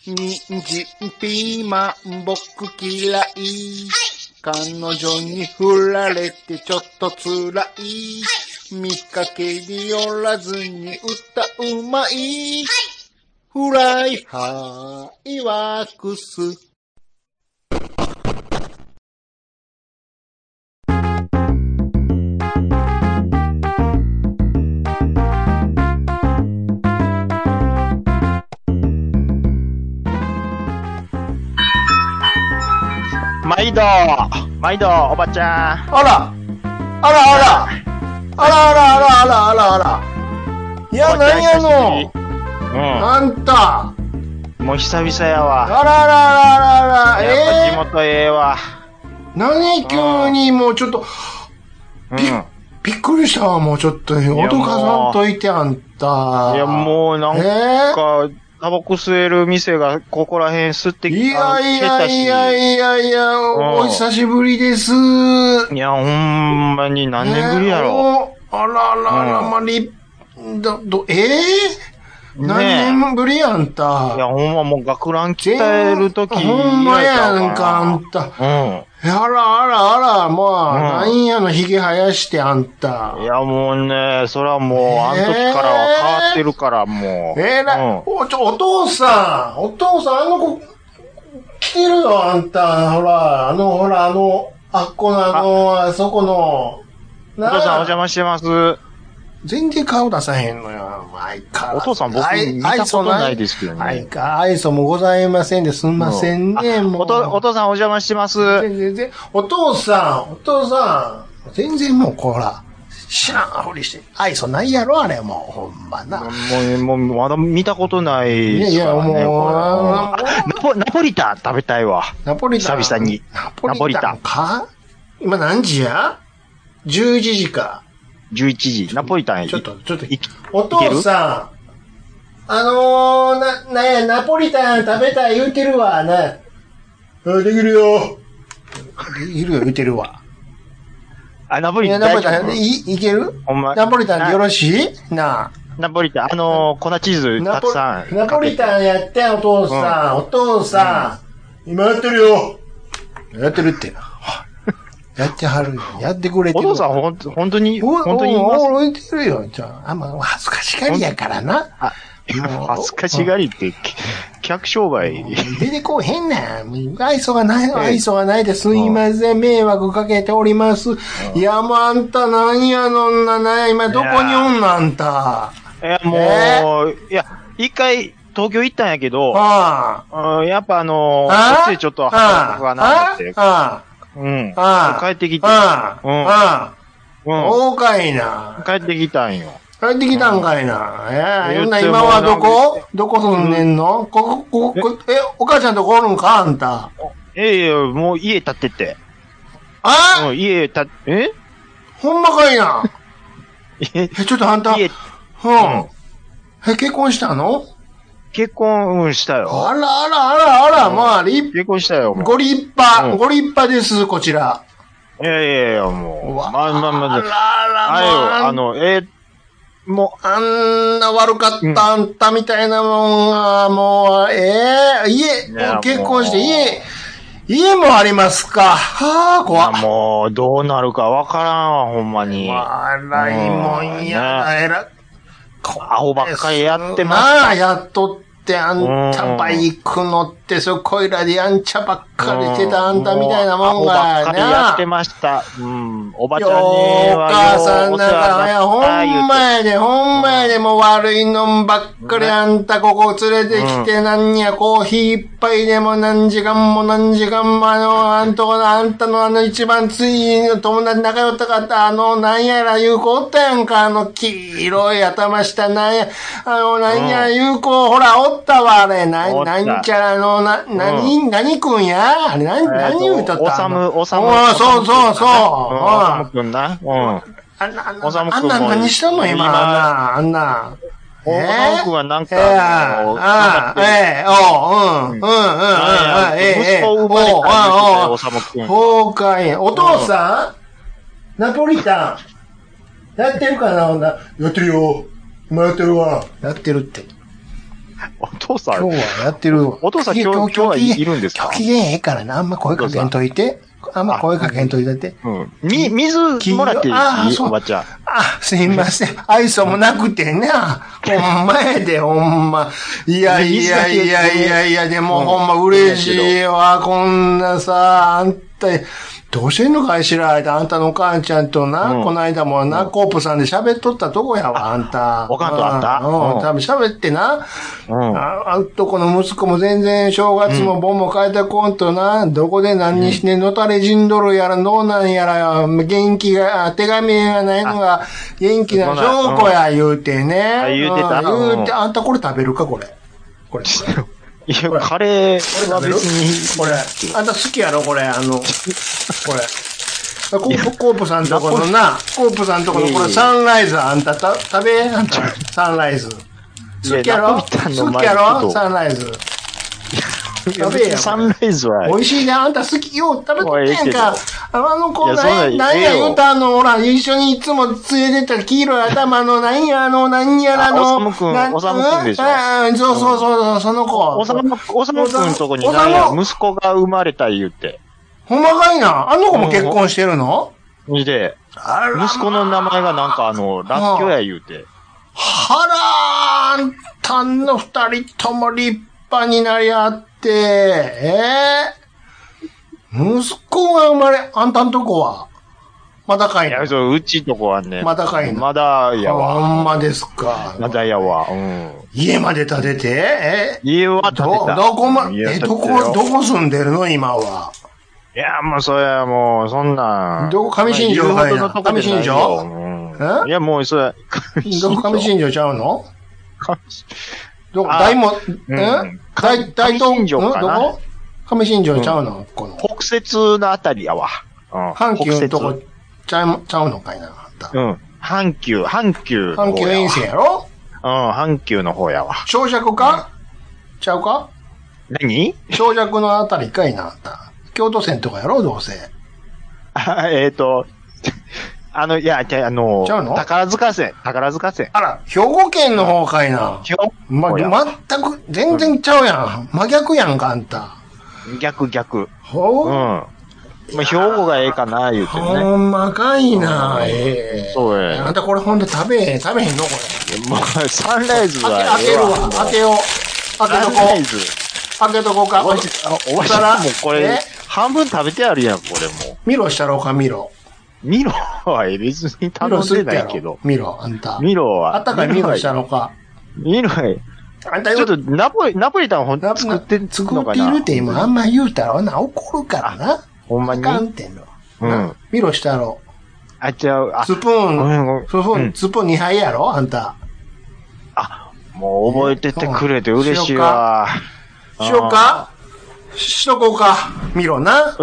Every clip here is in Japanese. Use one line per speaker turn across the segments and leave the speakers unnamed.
人参、ピーマン、僕嫌い。彼女に振られてちょっと辛い。見かけによらずに歌うまい。フライハイワークス。
毎度、おばちゃん。
あら。いや、なんやの。あんた。
もう久々やわ。
あら。
やっぱ地元ええわ。
何急にもうちょっと、びっくりしたわ、もうちょっと。脅かさんといて、あんた。
いや、もうなんか、タバコ吸える店がここら辺吸ってきたし。
いや、お久しぶりです。
いや、ほんまに何年ぶりやろ。
あら、まり、何年ぶりやんた。
いや、ほんまもう学ラン鍛えるとき。
ほんまやんか、あんた。あら、なんやの、髭生やしてあんた。
いや、もうね、そらもう、あの時からは変わってるから、もう。
お父さん、あの子、来てるよ、あんた。あっこの、あそこの。
お父さんお邪魔してます。
全然顔出さへんのよ。
お父さん僕見たことないですけどね。
愛想もございませんで、すんませんね、もう。
お父さんお邪魔してます。
お父さん、全然もうこら、知らんふりして。愛想ないやろ、あれもう、ほんまな。
もう、まだ見たことないですからね。いや、もう、ナポリタン食べたいわ。
ナポリタン
久々に。
ナポリタンか今何時や ?11 時か。
11時。ナポリタン。
ちょっと、お父さん、ナポリタン食べたい言うてるわ、できるよ。言うてるわ。
ナポリタン。
いける
ほんま。
ナポリタンでよろしいなあ。
ナポリタン、粉チーズたくさん。
ナポリタンやってお父さん。今やってるよ。やってるって。やってはるよ。やってくれてる。
お父さん本当に言います。
置いてるよ。恥ずかしがりやからな。
恥ずかしがりって、客商売。
出てこうへんねん。愛想がないですいません。迷惑かけております。いや、もうあんたなんやのんな、今どこにおんのあんた。
いや、もう、一回、東京行ったんやけど、やっぱこっちでちょっと働くかなって。帰ってきて。
そうかいな。
帰ってきたんよ。
帰ってきたんかいな。今はどこ住んでんのお母ちゃんとこおるんかあんた。
もう家建ってて。
ほんまかいな。ちょっとあんた。結婚したの？
結婚したよ。
あら、まあ、
結婚したよ。
ご立派です、こちら。
いや、もう。もう。
あんな悪かったあんたみたいなもんが、もう、結婚して家もありますか。怖っ。
もう、どうなるかわからんわ、ほんまに。
笑いもんや、
アホばっかりやってま
した。やっとって、あんたバイク乗って、こいらでやんちゃばっかりしてたあんたみたいなもんが、
アホばっかりやってました。おばちゃんには
お母さんだから、ほんまやで、もう悪いのんばっかりあんたここ連れてきて、なんや、コーヒー一杯でも何時間も、あんたの一番つい友達仲良かった、なんやら有効おったやんか、黄色い頭したなんや、なんや、有効、ほら、おったわ、あれ、なんちゃら何くんやあれ、何言うとった
おさむ。
そう。
おさむくんな。
おさむくんも。何しとんの今、あんな。
おさむくんはなんか、息子生まれたおさむくん。
そうかい。お父さんナポリタンやってるかなやってるよ。今やってるわ。やってるって。
お父さん。
今日はやってる。
お父さん今日はいるんですか？
今日機嫌ええからな。あんま声かけんといて。あんま声かけんといてって。
うん。水もらっていい？おばちゃん。
すいません。愛想もなくてな。ほんまやで、ほんま。いや、でもほんま嬉しいわ。こんなさ、あんた、どうしてんのかい知られた。あんたのお母ちゃんとな、この間もな、コープさんで喋っとったとこやわ、あんた。
おかんとあった？
多分喋ってな。あんとこの息子も全然正月も盆も変えたこんとな、どこで何にしてのたれ死んどるやら、どうなんやら、元気が、手紙がないのが元気な証拠や言うてね。
言うてた。
言うて、あんたこれ食べるか、これ。これ。
いや、カレーは別に。
これ。あんた好きやろこれ、これ。コープさんとこのな、コープさんとこのこれサンライズ、あんた食べあんた、サンライズ。好きやろサンライズ。食べや。
サンライズは。
美味しいね。あんた好きよ。食べとってんか。あの子、何や言うたほら、一緒にいつも連れてった黄色い頭の、何やら
おさむくんでしょ。
そう、その子。
おさむくんとこに息子が生まれた言うて。
ほんまかいな。あの子も結婚してるの？
で、息子の名前がなんからっきょうや言うて。
あんたの二人とも立派になりあって、息子が生まれ、あんたんとこはまだかいな。
いや、そう、うちとこはね。
まだかいな。
まだやわ。
ほんまですか。
まだやわ。
家まで建てて
家は建てた。
どこ住んでるの今は。
いや、もうそれもう、そんな。
どこ上新庄かいな。上新庄
いや、もう、それ。
どこ上新庄ちゃうのどこ大門、大東、どこ上新庄ちゃうのこの。
北摂のあたりやわ。
阪急のとこちゃうのかいな。
阪急
沿線やろ？
阪急の方やわ。
小尺か？ちゃうか？
何？
小尺のあたりかいな、あんた。京都線とかやろどうせ。
いや、ちゃうの？宝塚線。
あら、兵庫県の方かいな。全く、全然ちゃうやん。真逆やんか、あんた。
逆。まあ、兵庫がええかな、言うてね。
ほんまかいな、
そうや。
あんたこれほんと食べへんのこれ。
もう、サンライズは
開けるわ。開けとこうか。
おばちゃんもこれ、半分食べてあるやん、これもう。
ミロしたろうか、ミロ
は別に頼んでないけど。
ミロ、あんた。
ミロは。
あったかいミロしたろうか。
ミロは、あんたちょっとナポリタン作ってるのかな？
作ってるって今あんま言うたら怒るからな。
ほんまに。
あかんってんの。ミロしたろう。
あ、違う。
スプーン2杯やろあんた。
もう覚えててくれて嬉しいわ。
しようかしとこうか。ミロな。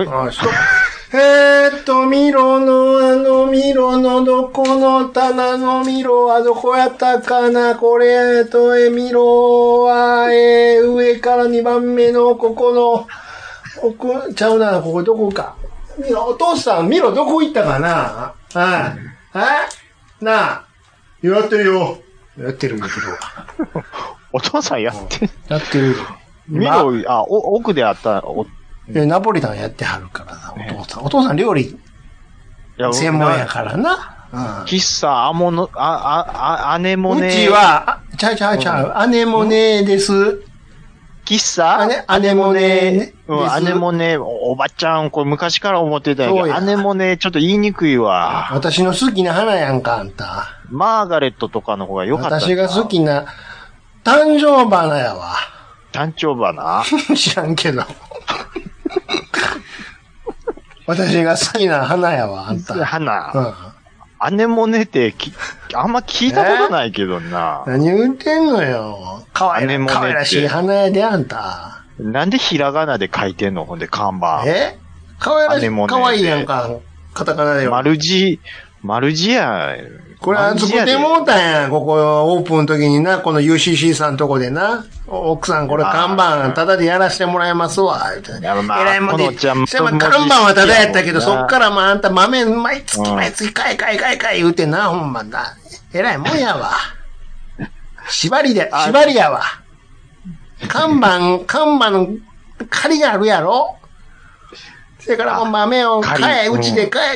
ミロのどこの棚のミロはどこやったかなこれ、ミロは、上から2番目のここの、奥、ちゃうな、ここどこか。お父さん、ミロどこ行ったかななあ。やってるよ。やってる。
お父さんやって
る。
ミロ、奥であった、
ナポリタンやってはるからな、お父さん料理、専門やからな。
喫茶、アネモネ。
うちは、ちゃう、アネモネです。
喫茶
アネモネ。
アネモネ、おばちゃん、これ昔から思ってたんやけど、アネモネちょっと言いにくいわ。
私の好きな花やんか、あんた。
マーガレットとかの方が良かった。
私が好きな、誕生花やわ。
誕生花？
知らんけど。私が好きな花やわ、あんた。
花。アネモネってあんま聞いたことないけどな。
何言ってんのよ。かわいらしい花やで、あんた。
なんでひらがなで書いてんのほんで、看板。
かわいらしい。かわいいやんか。カタカナでよ。
丸字や。
これ作ってもうたんやん。ここオープンの時にな、この UCC さんとこでな。奥さんこれ看板タダでやらせてもらいますわ。えらいもんで。看板はタダやったけど、そっからあんた豆毎月買い言うてな、ほんまな。えらいもんやわ。縛りやわ。 看板の借りがあるやろ。それから豆を買え、うちで買え。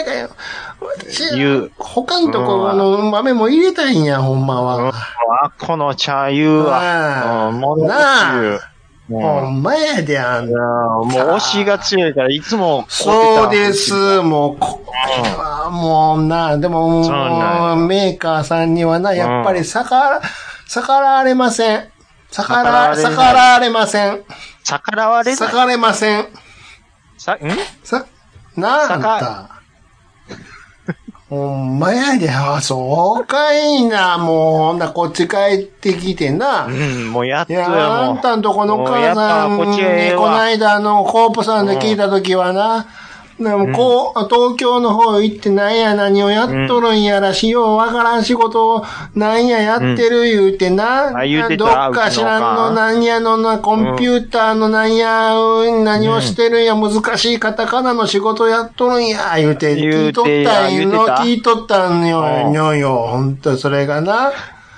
他のところの豆も入れたいんや、ほんまは。
この茶湯は。
なあ。ほんまやで、あんた。
もう推しが強いから、いつも。
そうです。もう、これはもうな、でも、メーカーさんにはな、やっぱり逆られません。逆られません。
逆らわれない。
逆れません。なんだ。ほんまやで、そうかいな、もう、こっち帰ってきてな。
もうやっとやもう。
あんたんとこの母さんに、この間コープさんで聞いたときはな、でも東京の方行って何をやっとるんやらしようわからん仕事を何やってる言うてな。どっか知らんの何やのな、コンピューターの何をしてるんや、難しいカタカナの仕事やっとるんや、言うて、聞いとったんよ、ほんとそれがな。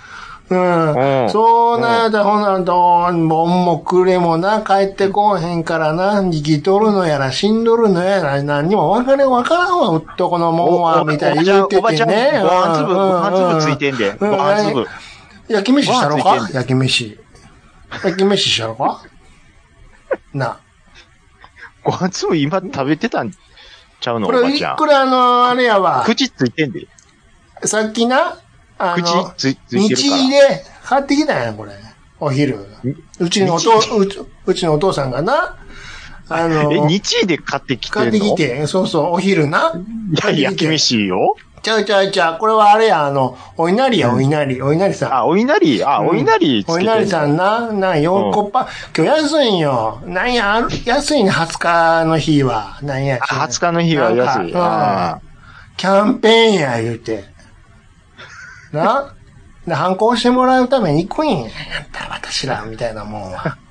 そうなだ、ほな、盆も暮れもな、帰ってこうへんからな、生きとるのやら、死んどるのやら、何にもわからんわ、うっとこのもんは、みたいに言うててね。
ご飯粒ついてんで。ご飯粒。
焼き飯したろか焼き飯したろかな。
ご飯粒今食べてたんちゃうのおばちゃん。
これあれやわ。
口ついてんで。
さっきな、
口ついてるから。
日で買ってきたんや、これ。お昼。うちのお父さんがな、
日で買ってきてんの？
買ってきて、そうそう、お昼な。
焼き飯よ？
ちゃう。これはあれや、お稲荷や、お稲荷さん。
お稲荷つけてんの？
お稲荷さんな、4個今日安いんよ。安いね、20日の日は。
20日の日は安い。
キャンペーンや、言うて。な？反抗してもらうために行くんや。私ら、みたいなもんは。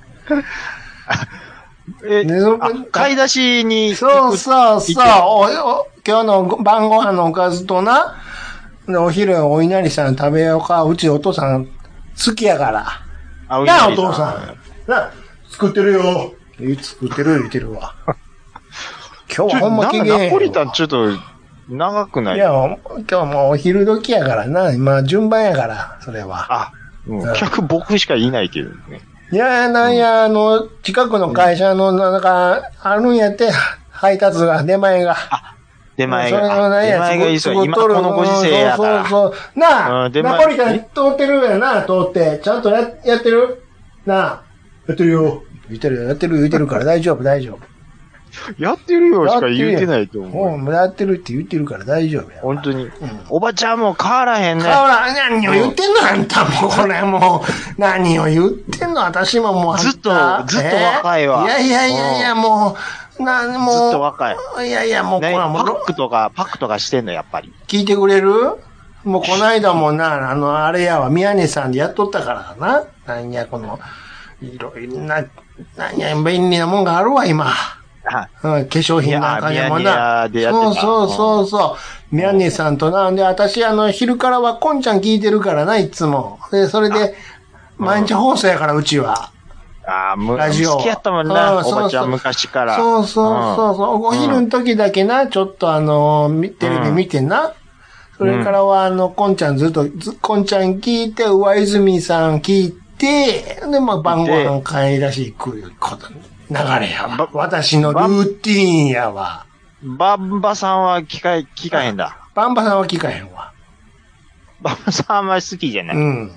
買い出しに。
そう。今日の晩ご飯のおかずとな、お昼お稲荷さん食べようか。うちお父さん好きやから。なあ、お父さん。な、作ってるよ。作ってる言ってるわ。今日はほんま機嫌。
ナポリタンちょっと、長くない？
いや、今日もうお昼時やからな。今、順番やから、それは。
客僕しかいないけどね。
いや、近くの会社の、あるんやって、配達が、出前が。
出前がいいそう。今このご時世やから。
そう。なあ、ナポリタン通ってるやな、通って。ちゃんとやってるなあ。やってるよ。言ってるから大丈夫。
やってるよしか言うてないと思う。
やってるって言ってるから大丈夫や。
本当に。おばちゃんも変わらへんね。
何を言ってんのあんたもこれもう。何を言ってんの私ももう。
ずっと若いわ。
いや、もう。ずっ
と若い。
いや、もうこれも
パックとかしてんの、やっぱり。
聞いてくれる？もうこの間もな、あれやわ、宮根さんでやっとったからな。いろいろな、便利なもんがあるわ、今。化粧品なんかにもな。そう。宮根さんとなんで、私昼からはこんちゃん聞いてるからな、いつも。で、それで、毎日放送やから、うちは。ラジオ。
好きやったもんな、おばちゃん昔から。
そう。お昼の時だけな、ちょっとテレビ見てな。それからはこんちゃんこんちゃん聞いて、上泉さん聞いて、で、晩ご飯買い出し行くいうことに。流れやわ。私のルーティーンやわ。
バンバさんは聞かへんだ。
バンバさんは聞かへんわ。
バンバさんあんまり好きじゃない。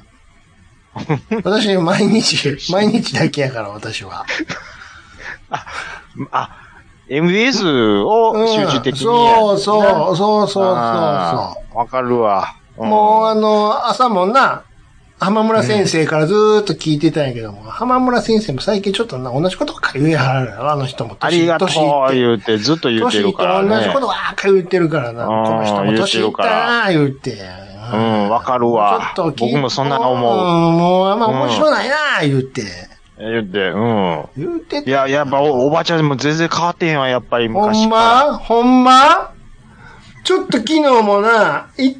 私、毎日だけやから、私は。
MBS を集中的に
そう。
わかるわ。
もう、朝もな、浜村先生からずーっと聞いてたんやけども、浜村先生も最近ちょっと同じことばっかり言いはるやろ、あの人も。
ありがとう言うて、ずっと言ってるからね。
同じことばっかり言ってるからな。この人も年いったな、言うて。
わかるわ。ちょっと僕もそんな思う。
もうあんま面白ないな、言うて。
言っていや、やっぱおばちゃんも全然変わってへんわ、やっぱり昔から。
ほんまちょっと昨日もな、昨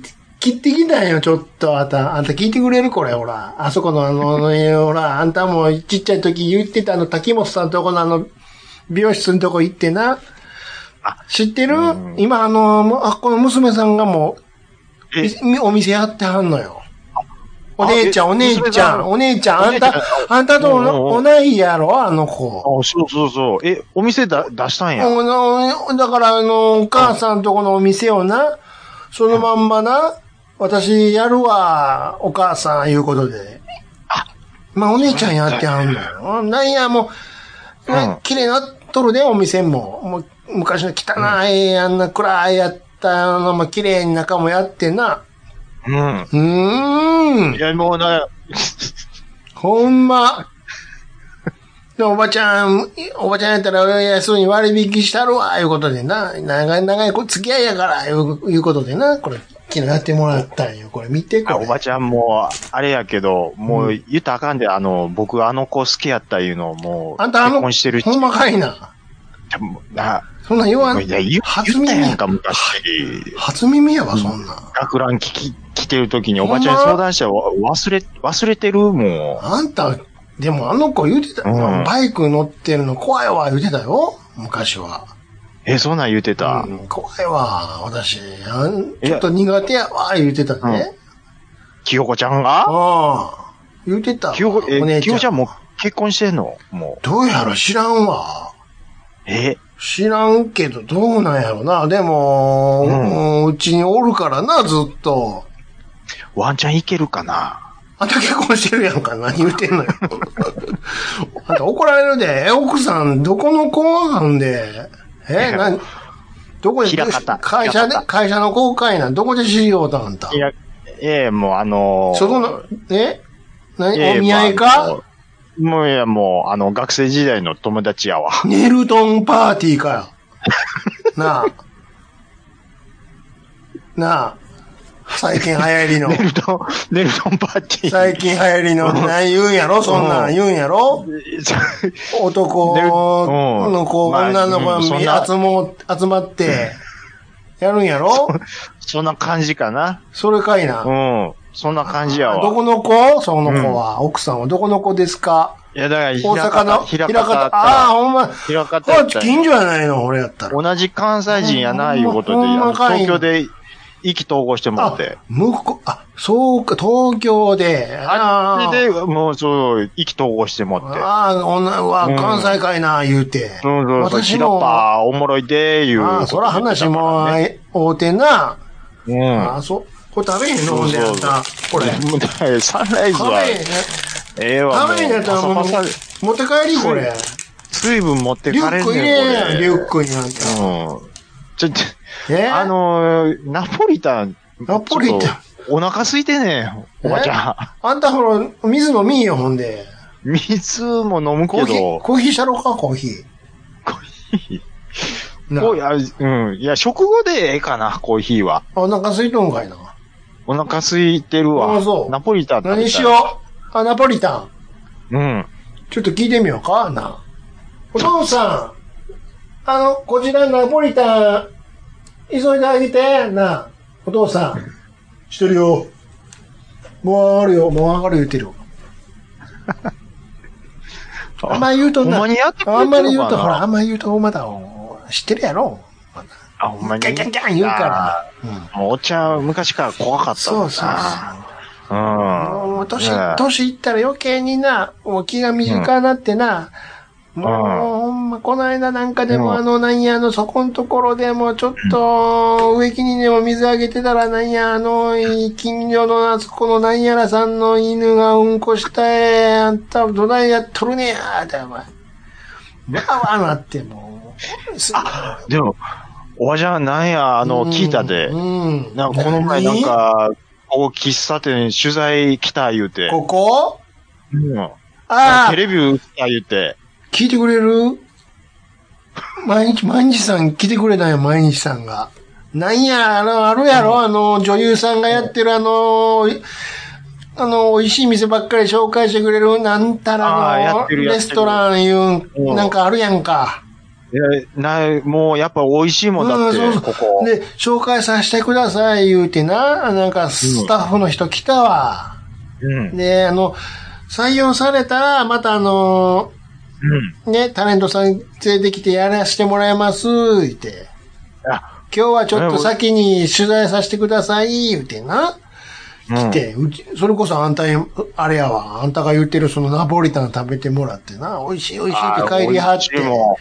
切ってきたんよ、ちょっと。あんた聞いてくれるこれ、ほら。あそこのほら、あんたもちっちゃい時言ってた滝本さんとこの美容室のとこ行ってな。知ってる？今この娘さんがもう、お店やってはんのよ。お姉ちゃん、あんたと同いやろ、あの子。
そう。お店出したんや。
だからお母さんとこのお店をな、そのまんまな、私やるわ、お母さん、いうことで。まあ、お姉ちゃんやってはんのよ。なんや、もう、綺麗なっとるで、お店も。もう、昔の汚い、あんな暗いやったのも綺麗に中もやってな。いや、もうな、ほんま。で、おばちゃんやったら安に割引したるわ、いうことでな。長い付き合いやから、いうことでな。これ、昨日やってもらったんよ。これ見て、これ。
おばちゃんも、あれやけど、もう言ったらあかんで、僕子好きやったいうのをもう、
あんた結婚してるし。ほんまかいな。そんな言わん。
いや、言ったやんか、昔。
初耳やわ、そんな。
学ラン来てる時におばちゃんに相談したら忘れてるもん。
あんた、でもあの子言うてた、バイク乗ってるの怖いわ言うてたよ、昔は。
そんなん言うてた、
怖いわ、私。ちょっと苦手やわ、言うてたね。
清子ちゃんが
言うてた。
清子ちゃんもう結婚してんのも
う。どうやろ知らんわ。知らんけど、どうなんやろな。でも、うちにおるからな、ずっと。
ワンチャンいけるかな。
あんた結婚してるやんか。何言うてんのよ。あんた怒られるで。奥さん、どこの子なんで。どこで、会社の公開なん、どこで知りようとあんた。
もう
そこの、お見合いか
もう学生時代の友達やわ。
ネルトンパーティーかよ。なあ。最近流行りの。
ネルトンパーティー。
最近流行りの、何言うんやろそんなん言うんやろ男の子、女の子が集まって、やるんやろ
そんな感じかな。
それかいな。
そんな感じやわ。
どこの子その子は。奥さんはどこの子ですか？
いや、だから、
大阪の
平方。
ほんま。
平方。
近所やないの、俺やったら。
同じ関西人やな、いうことで、東京で意気投合してもらって。
そうか、東京で。
で、もうそう、意気投合してもらって。
女は関西かいな、言うて。
私も。おもろいで、言う。
そら話も、大手な。これ食べへんのほんであんた。これ。
サンライズは。わ。
食べへんやったら持って帰り、これ。
水分持って帰れるねん。
リュックにあんた。
ちょっと、ナポリタン。お腹空いてねん、おばちゃん。
あんたほら、水飲みんよ、ほんで。
水も飲むけど。
コーヒーしゃろうか、コーヒー。
コーヒー。いや、食後でええかな、コーヒーは。
お腹空いとんかいな。
お腹空いてるわ。ナポリタン食べたい。
何しよう。ナポリタ
ン。
ちょっと聞いてみようかな。お父さん、こちらナポリタン、急いであげて、な。お父さん、してるよ。もう上がるよ、もう上がる言ってるよ。あんまり言うとな、あんまり言うと、ほら、あんまり言うと、まだ、知ってるやろ。
ほんまに。
ギャンギャンギャン言うから。
もうお茶、昔から怖かったもんな。
もう年いったら余計にな、もう気が短なってな、もう、ほんま、この間なんかでもそこのところでもちょっと、植木にでも水あげてたら近所のこのなんやらさんの犬がうんこしたあんた、どないやっとるねや、って、お前。わわなっても
う。でも、おばちゃん、なんや、聞いたで。なんかこの前なんか、喫茶店取材来た言うて。
ここ
テレビ打った言うて。
聞いてくれる？毎日さん来てくれたよ、毎日さんが。なんや、あるやろ、女優さんがやってる美味しい店ばっかり紹介してくれる、なんたらレストランいう、なんかあるやんか。
もうやっぱ美味しいもんだって、ここ。
で、紹介させてください言うてな、なんかスタッフの人来たわ。で、採用されたら、またね、タレントさん連れてきてやらせてもらいます、言って。今日はちょっと先に取材させてください、言うてな。来て、それこそあんた、あれやわ、あんたが言ってるそのナポリタン食べてもらってな、美味しい美味しいって帰りはって。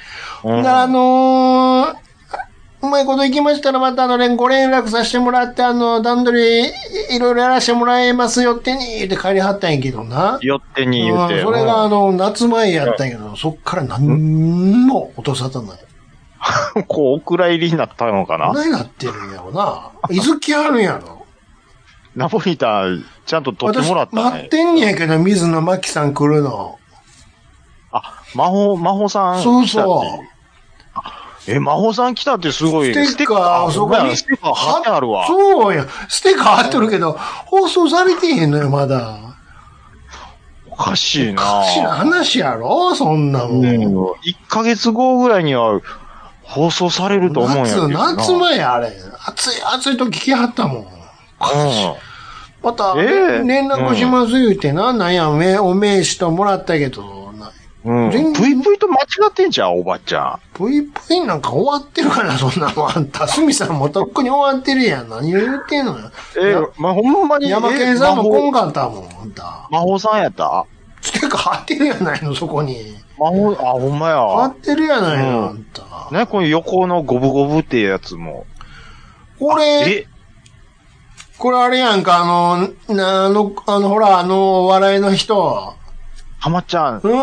うまいこと行きましたらまたご連絡させてもらって、段取りいろいろやらせてもらいますよってに、って帰りはったんやけどな。
よってに言って。
それが夏前やったんやけど、そっから何も音沙汰ない。
こう、お蔵入りになったのかな？
何なってるんやろな。いずきあるんやろ。
ナポリタン、ちゃんと取ってもらったね。
待ってんやけど、水野真紀さん来るの。
真帆さん。
そうそう。
真帆さん来たってすごい。
ステッカー、そこに。
ステッカー貼ってあるわ。
そうや。ステッカー貼ってるけど、放送されてへんのよ、まだ。
おかしいな。
おかしいな話やろそんなもん。
1ヶ月後ぐらいには放送されると思うんやけどな。
夏前あれ。暑い時来はったもん。また、連絡します言うてな、なんや、お名刺ともらったけど、
ぷいぷいと間違ってんじゃん、おばちゃん。
ぷいぷいなんか終わってるかな、そんなもん。あんた、すみさんもとっくに終わってるやん。何を言ってんのよ。
ほんまに。
山県さんも来んかったもん、あんた。
魔法さんやった？
ステッカー貼ってるやないの、そこに。
ほんまや。
貼ってるやないの、あんた。
ね、この横のゴブゴブっていうやつも。
これあれやんか、ほら、お笑いの人。
浜ちゃん。
そう。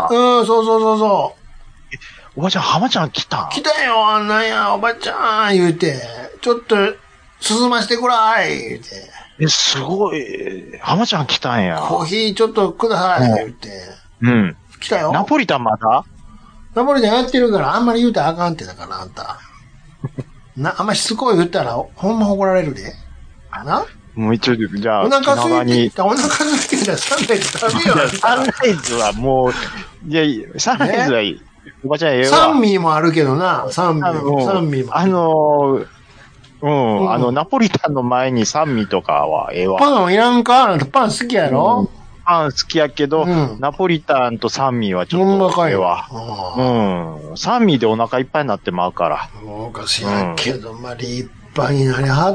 おばちゃん、浜ちゃん来た
よ、なんや、おばちゃん、言うて。ちょっと、進ましてくらい、言うて。
すごい。浜ちゃん来たんや。
コーヒーちょっとください、言うて。来たよ。
ナポリタンまだ？
ナポリタンやってるから、あんまり言うたらあかんってだから、あんた。あんましつこい言ったら、ほんま怒られるで。な？
もう一応、じゃあ、
お腹空いてたらサンライズ食べよう。
サンライズはもう、サンライズはいい。おばちゃんええわ。
サンミーもあるけどな、サンミー
も。ナポリタンの前にサンミーとかはええわ。
パンいらんか？パン好きやろ？
パン好きやけど、ナポリタンとサンミーはちょっとええわ。サンミーでお腹いっぱいになってまうから。
そうかしらんけど、立派になりはって、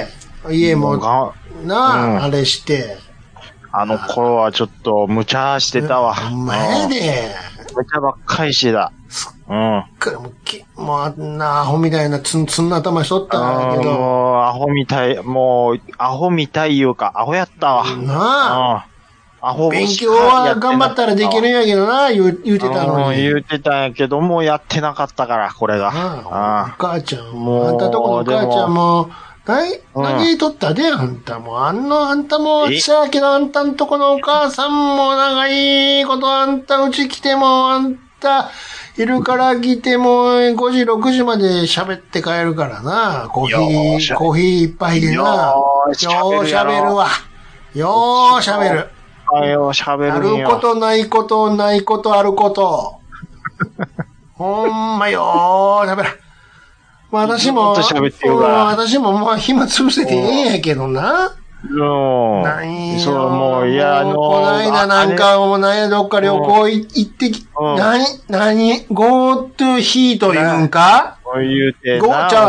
家も、あれして。
あの頃はちょっと無茶してたわ。
ほんまやで。
無茶ばっかりしてた。
もうあんなアホみたいなツンな頭しとったんだけど。
もうアホみたいいうか、アホやったわ。
勉強は頑張ったらできるんやけどな、言うてたのに。
言うてたんやけど、もうやってなかったから、これが。
お母ちゃんも、あんたとこのお母ちゃんも、何言いとったで、あんたも。あんたも、ちゃやけど、あんたんとこのお母さんも、長いこと、あんたうち来ても、あんた、昼から来ても、5時、6時まで喋って帰るからな。コーヒー一杯でな。よう喋るわ。よう喋る。あることないこと、ないことあること。ほんまよー喋る。私ももう暇つぶせてええんやけどな。何そう、もう、この間なんか、どっか旅行行ってき、GoTo ヒート言うんか？
言うて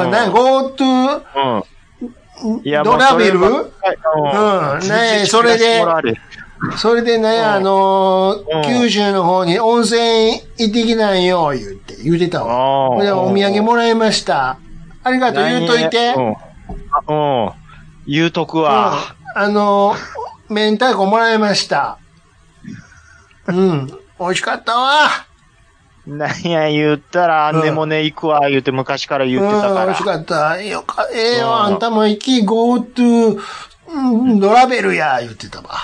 GoTo ドラベル？それでね、九州の方に温泉行ってきないよ、言うてたわ。で、お土産もらいました。ありがとう、言うといて。
言うとくわ。
明太子もらいました。美味しかったわ。
なんや言ったら、でもね、行くわ、言うて昔から言ってたから。
美味しかった。ええよ、あんたも行き、GoTo、ドラベルや、言ってたわ。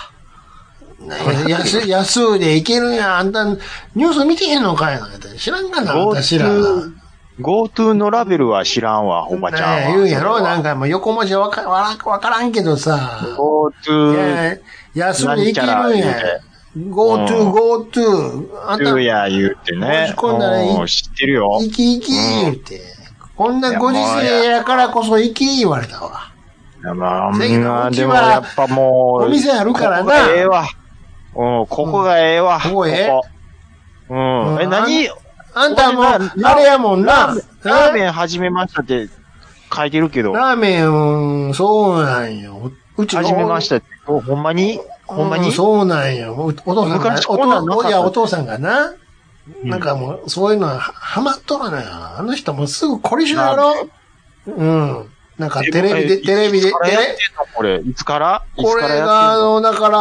安うで行けるんや、あんた、ニュース見てへんのかいな、知らんかな、あんた知らん。
GoTo のラベルは知らんわ、おばちゃんは。
言うんやろなんかもう横文字わからんけどさ。
GoTo。
安うで行けるんや。 GoTo。あんた。
いや、言うてね。
申し込んだら
知ってるよ。
行き言うて。こんなご時世やからこそ行き言われたわ。
まあ、でもやっぱもう。
お店あるからな。
ここがええわ。ここがええわ。
ここええ？
何？
あんたも、あれやもんな。
ラーメン始めましたって書いてるけど。
ラーメン、そうなんよ。
うち始めましたって。ほんまに
そうなんよ。お父さんが、お父さんがな。なんかもう、そういうのは、ハマっとるのよ。あの人もすぐ凝り性やろ？なんかテレビで、
これ、いつから
これが、だから、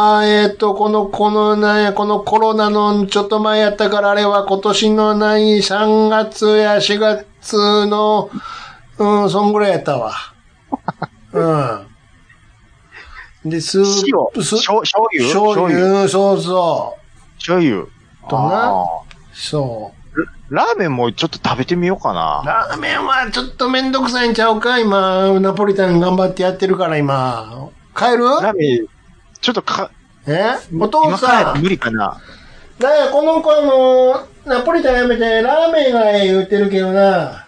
このコロナのちょっと前やったから、あれは今年の3月や4月の、そんぐらいやったわ。で、醤油、そうそう。
醤油。
とな。そう。
ラーメンもちょっと食べてみようかな。
ラーメンはちょっとめんどくさいんちゃうか今、ナポリタン頑張ってやってるから今。帰る？
ラーメン、ちょっと
お父さ
ん。無理かな。
だよ、この子ナポリタンやめてラーメンが言ってるけどな。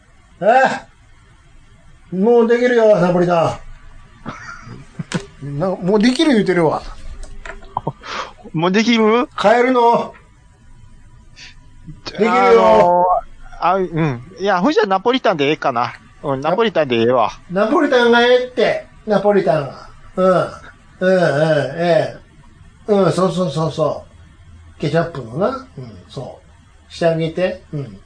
もうできるよ、ナポリタン。もうできる言ってるわ。
もうできる？
帰るの？できるよ。
いや、ほいじゃナポリタンでええかな。ナポリタンでええわ。
ナポリタンがええって。ナポリタンが。そう。ケチャップのな。そう。してあげて。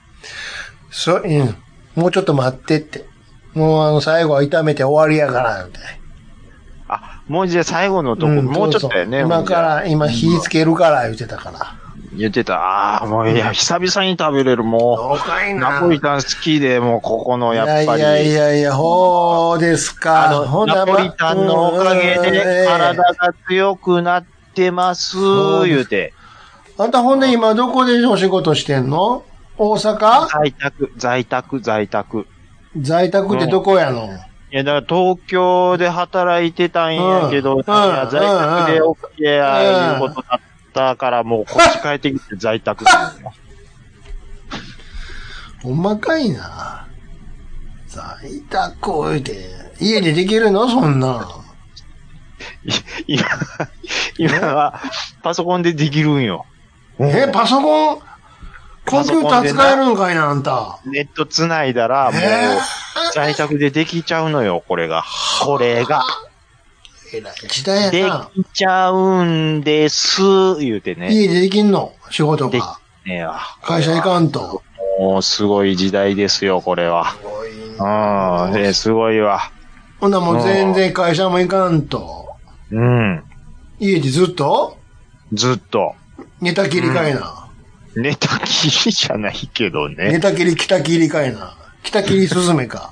もうちょっと待ってって。もう最後は炒めて終わりやから、みたい
な。もうじゃあ最後のとこ、もうちょっとやね。
今火つけるから言ってたから。
言ってた。もういや、久々に食べれる、もう。ナポリタン好きで、もうここの、やっぱり。
いや、ほうですか。
ナポリタンのおかげで、体が強くなってます、言うて。
あんたほんで今どこでお仕事してんの？大阪？
在宅。
在宅ってどこやの？
いや、だから東京で働いてたんやけど、在宅で OK や、いうことだったから、もうこっち帰ってきて在宅なんよ。
ほんまかいな。在宅置いて、家でできるのそんな。
今はパソコンでできるんよ。
パソコン？コンピューター使えるんかいな、あんた。
ネット繋いだら、もう、在宅でできちゃうのよ、これが。え
らい時代やな。
できちゃうんです、言うてね。
家でできんの？仕事が。会社行かんと。
もう、すごい時代ですよ、これは。すごいな。すごいわ。
ほんなもう全然会社も行かんと。家でずっと？
ずっと。
寝たきりかいな。
寝たきりじゃないけどね。
寝たきり、北きりかいな。北きりすずめか。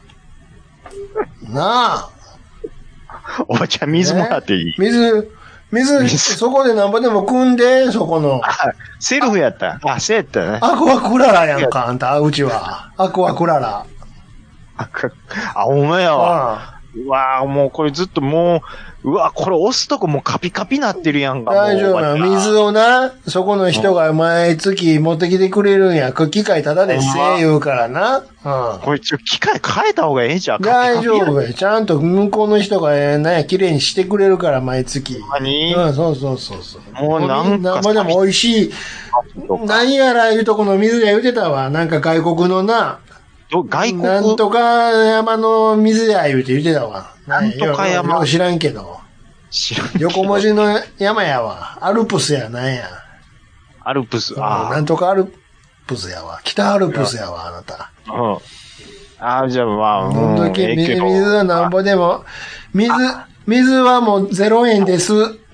なあ。
おばちゃん水もらっていい？
水、そこでなんぼでも汲んで、そこの。
セルフやった。そうやったね。
アクアクララやんか、あんた、うちは。アクアクララ。
ほんまやわ。うわもうこれずっともう、これ押すとこもうカピカピなってるやんか。
大丈夫な。水をな、そこの人が毎月持ってきてくれるんや。機械ただでせえ言うからな。
これ機械変えた方がええじゃん。
大丈夫や。ちゃんと向こうの人が綺麗にしてくれるから、毎月。そう。
もうなんか。
でも美味しい。何やらいうとこの水が言うてたわ。なんか外国のな。なんとか山の水や言うてたわ。
なんとか山。
知らんけど。横文字の山やわ。アルプスやなんや。
アルプス。
なんとかアルプスやわ。北アルプスやわ、あなた。
じゃあまあ、
水はなんぼでも。水はもう0円です。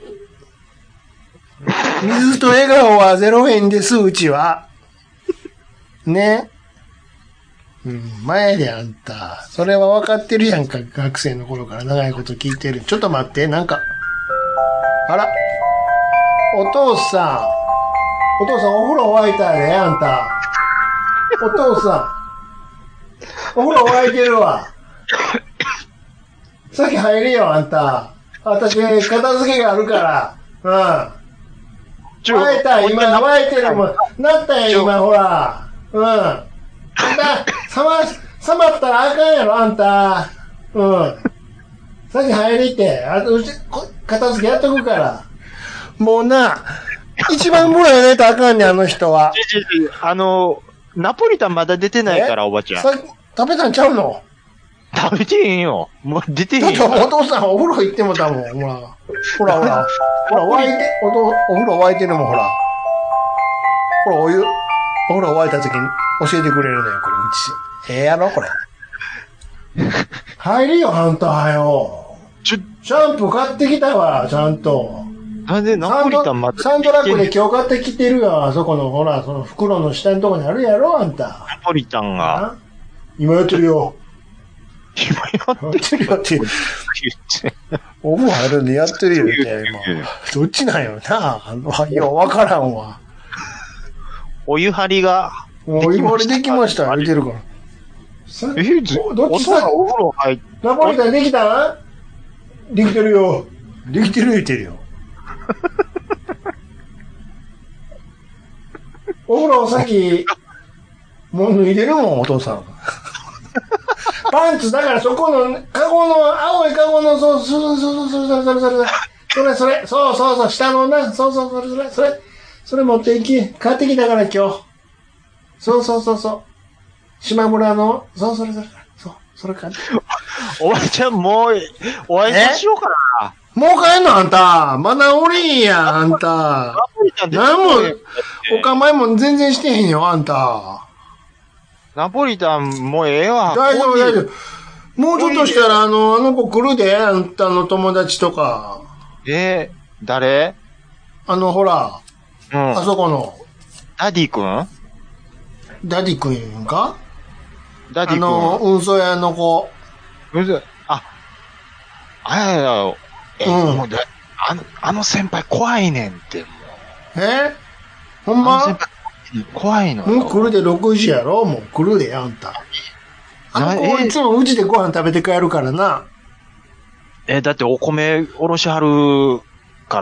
水と笑顔は0円です、うちは。ね。前であんた。それは分かってるやんか。学生の頃から長いこと聞いてる。ちょっと待って、なんか。あら。お父さんお風呂沸いたで、あんた。お父さん。お風呂沸いてるわ。さっき入れよ、あんた。私、片付けがあるから。 湧いた、今、湧いてるもん。なったやん、今、ほら。うん。冷まったらあかんやろ、あんた。うん。先入りって。片付けやっとくから。もうな、一番風呂やないとあかんねん、あの人は。
ナポリタンまだ出てないから、おばちゃん。
食べたんちゃうの？
食べてへんよ。もう出てへんよ。
だってお父さんお風呂行ってもたもん、ほら。ほら、沸いて、お風呂沸いてるもん、ほら。ほら、お風呂沸いた時に教えてくれるねん、これ、うち。やろ、これ。入りよ、あんた、はよ。シャンプー買ってきたわ、ちゃんと。
なんでナポリタンまた
サンドラックで今日買ってきてるよ、あそこの、ほら、その袋の下のとこにあるやろ、あんた。
ナポリタンが。
今やってるよ。
今やってるよって。
お風呂入るんでやってるよって、今。どっちなんよな。ようわからんわ。
お湯張りが。
お湯張りできました、見てるから。どっちさ、
お風呂入って。
ナポリタンできた？できてるよ。できてる言ってるよ。お風呂先、もう脱いでるもん、お父さん。パンツ、だからそこの、カゴの、青いカゴの、そう、下のな、それ持っていき、買ってきたから今日。そう。島村の、それ買って。
おばちゃんもう、お会いしようかな。
もう帰んのあんた。まだおりんや、あんた。なんも、お構いも全然してへんよ、あんた。
ナポリタンもうええわ。
大丈夫。もうちょっとしたら、あの子来るで、あんたの友達とか。
誰？
ほら。うん。あそこの。
ダディ君
か？
ダディ君。
運送屋の子。
もうあの先輩怖いねんって、もう。
ほんま？
怖いの。
もう来るで6時やろ？もう来るで、あんた。子いつもうちでご飯食べて帰るからな。
だってお米おろしはるから。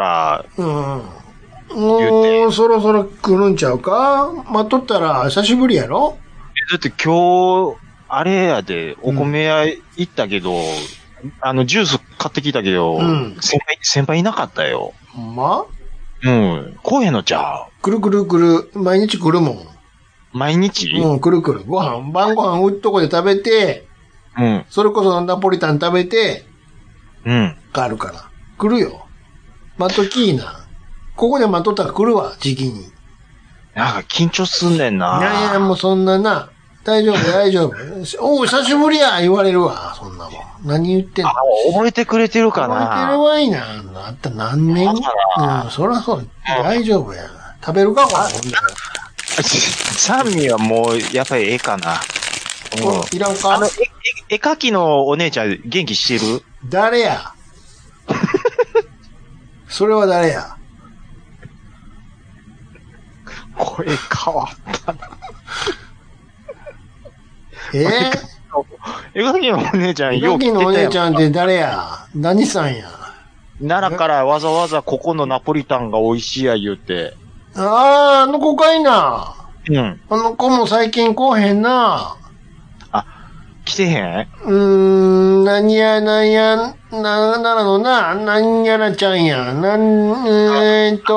もうそろそろ来るんちゃうか？待っとったら久しぶりやろ？
だって今日、あれやで、お米屋行ったけど、ジュース買ってきたけど、先輩いなかったよ。
ほんま？
来へんのちゃう？
来る。毎日来るもん。
毎日？
来る。晩ご飯とこで食べて、それこそナポリタン食べて、帰るから。来るよ。待っときーな。ここで待っとったら来るわ、時期に。
なんか緊張すんねんな。
いや、もうそんなな。大丈夫。おう、久しぶりや、言われるわ、そんなもん。何言ってんの？
覚えてくれてるかな？
覚えてるわいな。あった何年？そらそう。大丈夫や。食べるか、これ。
サンミはもう、やっぱりええかな。
いらんか？
絵描きのお姉ちゃん元気してる？
誰や？それは誰や？
声変わったな。絵描きのお姉ちゃん
よく来てたよ。絵描きのお姉ちゃんって誰や？何さんや？
奈良からわざわざここのナポリタンが美味しいや言うて。
あの子かいな。あの子も最近来へんな。
来てへ
ん？何や、奈良のな、何やらちゃんや。ゆうち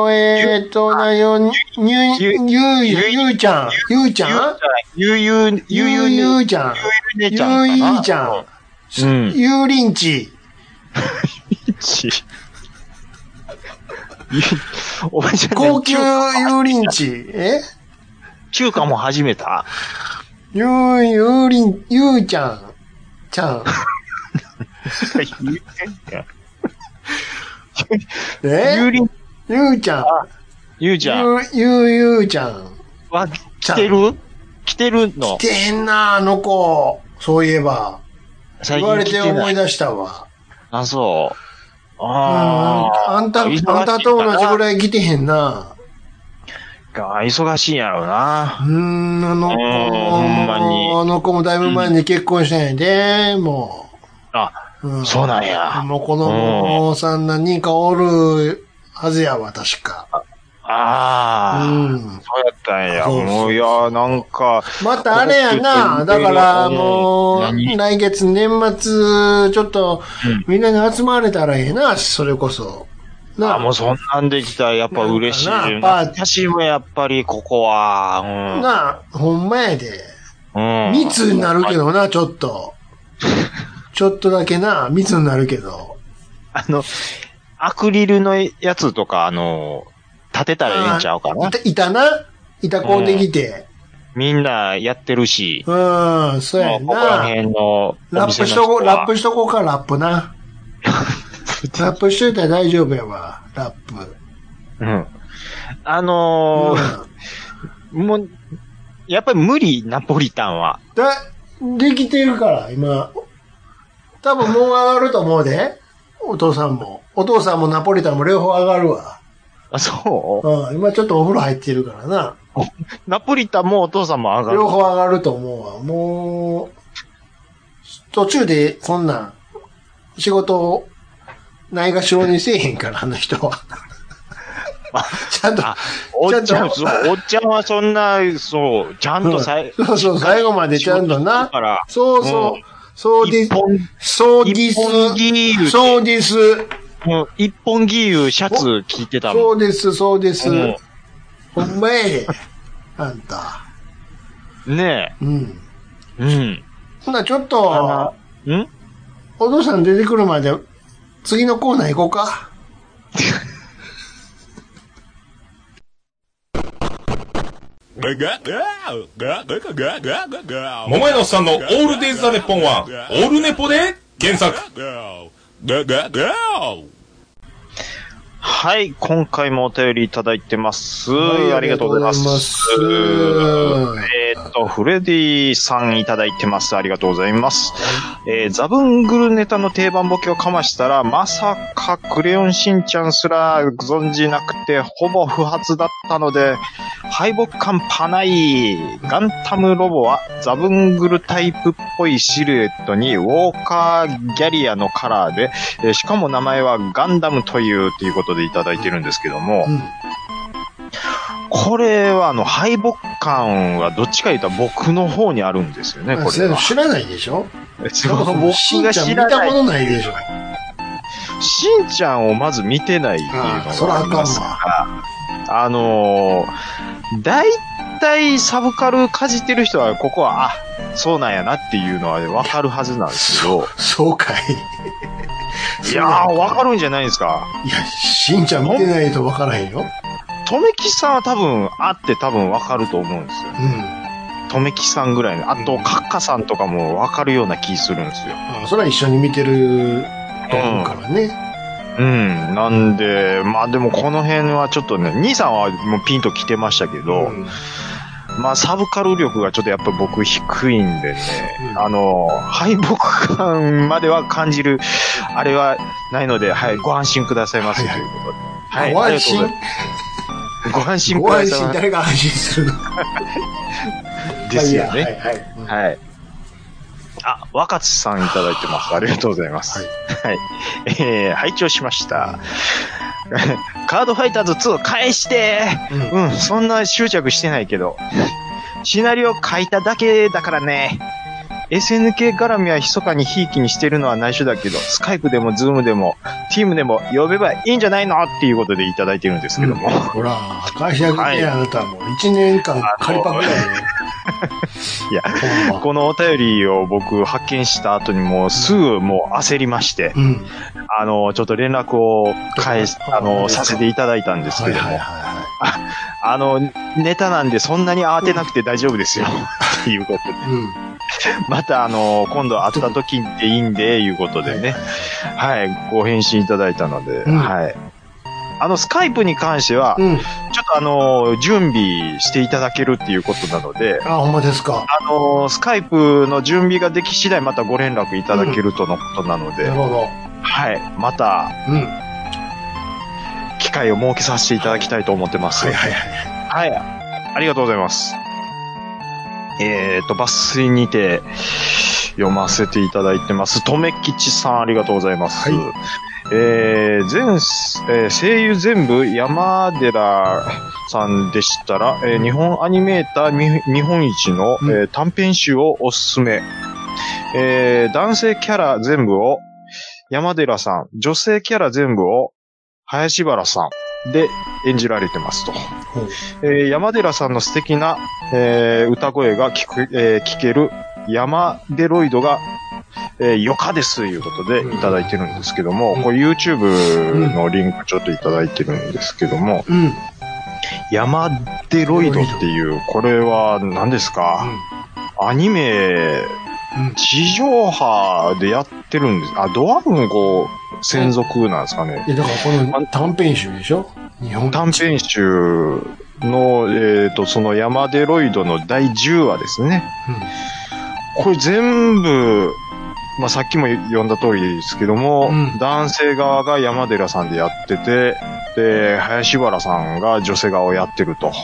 ゃん。ゆうちゃん。ゆうりんち。高級油淋鶏。
中華も始めた？
ゆうちゃん。ゆうちゃん。ゆうちゃん。
来てるの？
来てへんな、あの子。そういえば。言われて思い出したわ。
あ、そう。
あんたと同じぐらい来てへんな。
忙しいんやろうな。
ほんまに。あの子もだいぶ前に結婚したんやで、も
う。そうなんや。
もう子供さん何人かおるはずやわ、確か。
ああ、そうやったんや。もう、いや、なんか。
またあれやな。だから、もう、来月年末、ちょっと、みんなに集まれたらええな、それこそ。
なあ、もうそんなんできたらやっぱ嬉しい。私もやっぱりここは、
なあ、ほんまやで。密になるけどな、ちょっと。ちょっとだけな、密になるけど。
アクリルのやつとか、立てたらええんちゃうかな。
板こうできて。
みんなやってるし。
そうやな。
ここら辺の。
ラップしとこうか、ラップな。ラップしといたら大丈夫やわ、ラップ。
もう、やっぱり無理、ナポリタンは。
できてるから、今。多分もう上がると思うで。お父さんもナポリタンも両方上がるわ。
あ、そう？
今ちょっとお風呂入ってるからな。
ナポリタンもお父さんも上がる。
両方上がると思うわ。もう、途中でそんな、仕事をないがしろにせえへんから、あの人は。ちゃんと、
おっちゃんはそんな、そう、ちゃんと最
後までちゃんとな。そうです。
一本義勇シャツ着てた
もん。そうです。ほんまやで。あんた。
ねえ。
ほな、ちょっと、お父さん出てくるまで、次のコーナー行こうか。
桃屋のおっさんのオールデイズ・ザ・ネッポンは、オールネポで検索。
はい、今回もお便りいただいてます。ありがとうございます。フレディさんいただいてます。ありがとうございます。ザブングルネタの定番ボケをかましたら、まさかクレヨンしんちゃんすら存じなくて、ほぼ不発だったので、敗北感パない。ガンタムロボはザブングルタイプっぽいシルエットにウォーカーギャリアのカラーで、しかも名前はガンダムということでいただいてるんですけども、これは敗北感はどっちか言ったら僕の方にあるんですよね、これは。
知らないでしょ？
僕が知らない。
見たことないでしょ？
しんちゃんをまず見てないっていうのがありますから、だいたいサブカルかじってる人は、ここは、そうなんやなっていうのはわかるはずなんですけど。
そうかい。
いやー、わかるんじゃないですか。
いや、しんちゃん見てないとわからへんよ。
とめきさんは多分、多分わかると思うんですよ。とめきさんぐらいの。あと、カッカさんとかもわかるような気するんですよ。
それは一緒に見てると思うからね。
なんで、でもこの辺はちょっとね、兄さんはもうピンと来てましたけど、サブカル力がちょっとやっぱ僕低いんでね、敗北感までは感じる、あれはないので、はい、ご安心くださいませということで。はい、
ご安心
ご安心くださいませ。
ご安心、誰が安心するの
ですよね。はい。若津さんいただいてます。ありがとうございます。はい。拝聴しました。カードファイターズ2返してそんな執着してないけど。シナリオ書いただけだからね。SNK 絡みは密かにひいきにしてるのは内緒だけど、スカイプでもズームでも、ティームでも呼べばいいんじゃないのっていうことでいただいてるんですけども。
ほら、会社であなたも1年間借りパクだよね。
いや、このお便りを僕発見した後にもうすぐもう焦りまして、ちょっと連絡をさせていただいたんですけども、ネタなんでそんなに慌てなくて大丈夫ですよ。っていうことで。また今度会った時でいいんで、いうことでね。はい、ご返信いただいたので、はい。スカイプに関しては、ちょっと準備していただけるっていうことなので、
ほんまですか。
スカイプの準備ができ次第またご連絡いただけるとのことなので、
なるほど。
はい、また、機会を設けさせていただきたいと思ってます。はい、ありがとうございます。抜粋にて読ませていただいてます。とめきちさんありがとうございます。 声優全部山寺さんでしたら、日本アニメーター日本一の、短編集をおすすめ。男性キャラ全部を山寺さん、女性キャラ全部を林原さんで演じられてますと。山寺さんの素敵な、歌声が聞ける山デロイドが、よかですということでいただいてるんですけども、これ YouTube のリンクちょっといただいてるんですけども、山デロイドっていう、これは何ですか、アニメ、地上波でやってるんです。ドワルゴ専属なんですかね。
だからこの短編集でしょ？日本
短編集の、その山デロイドの第10話ですね。これ全部、まあ、さっきも読んだ通りですけども、男性側が山寺さんでやってて、で、林原さんが女性側をやってると。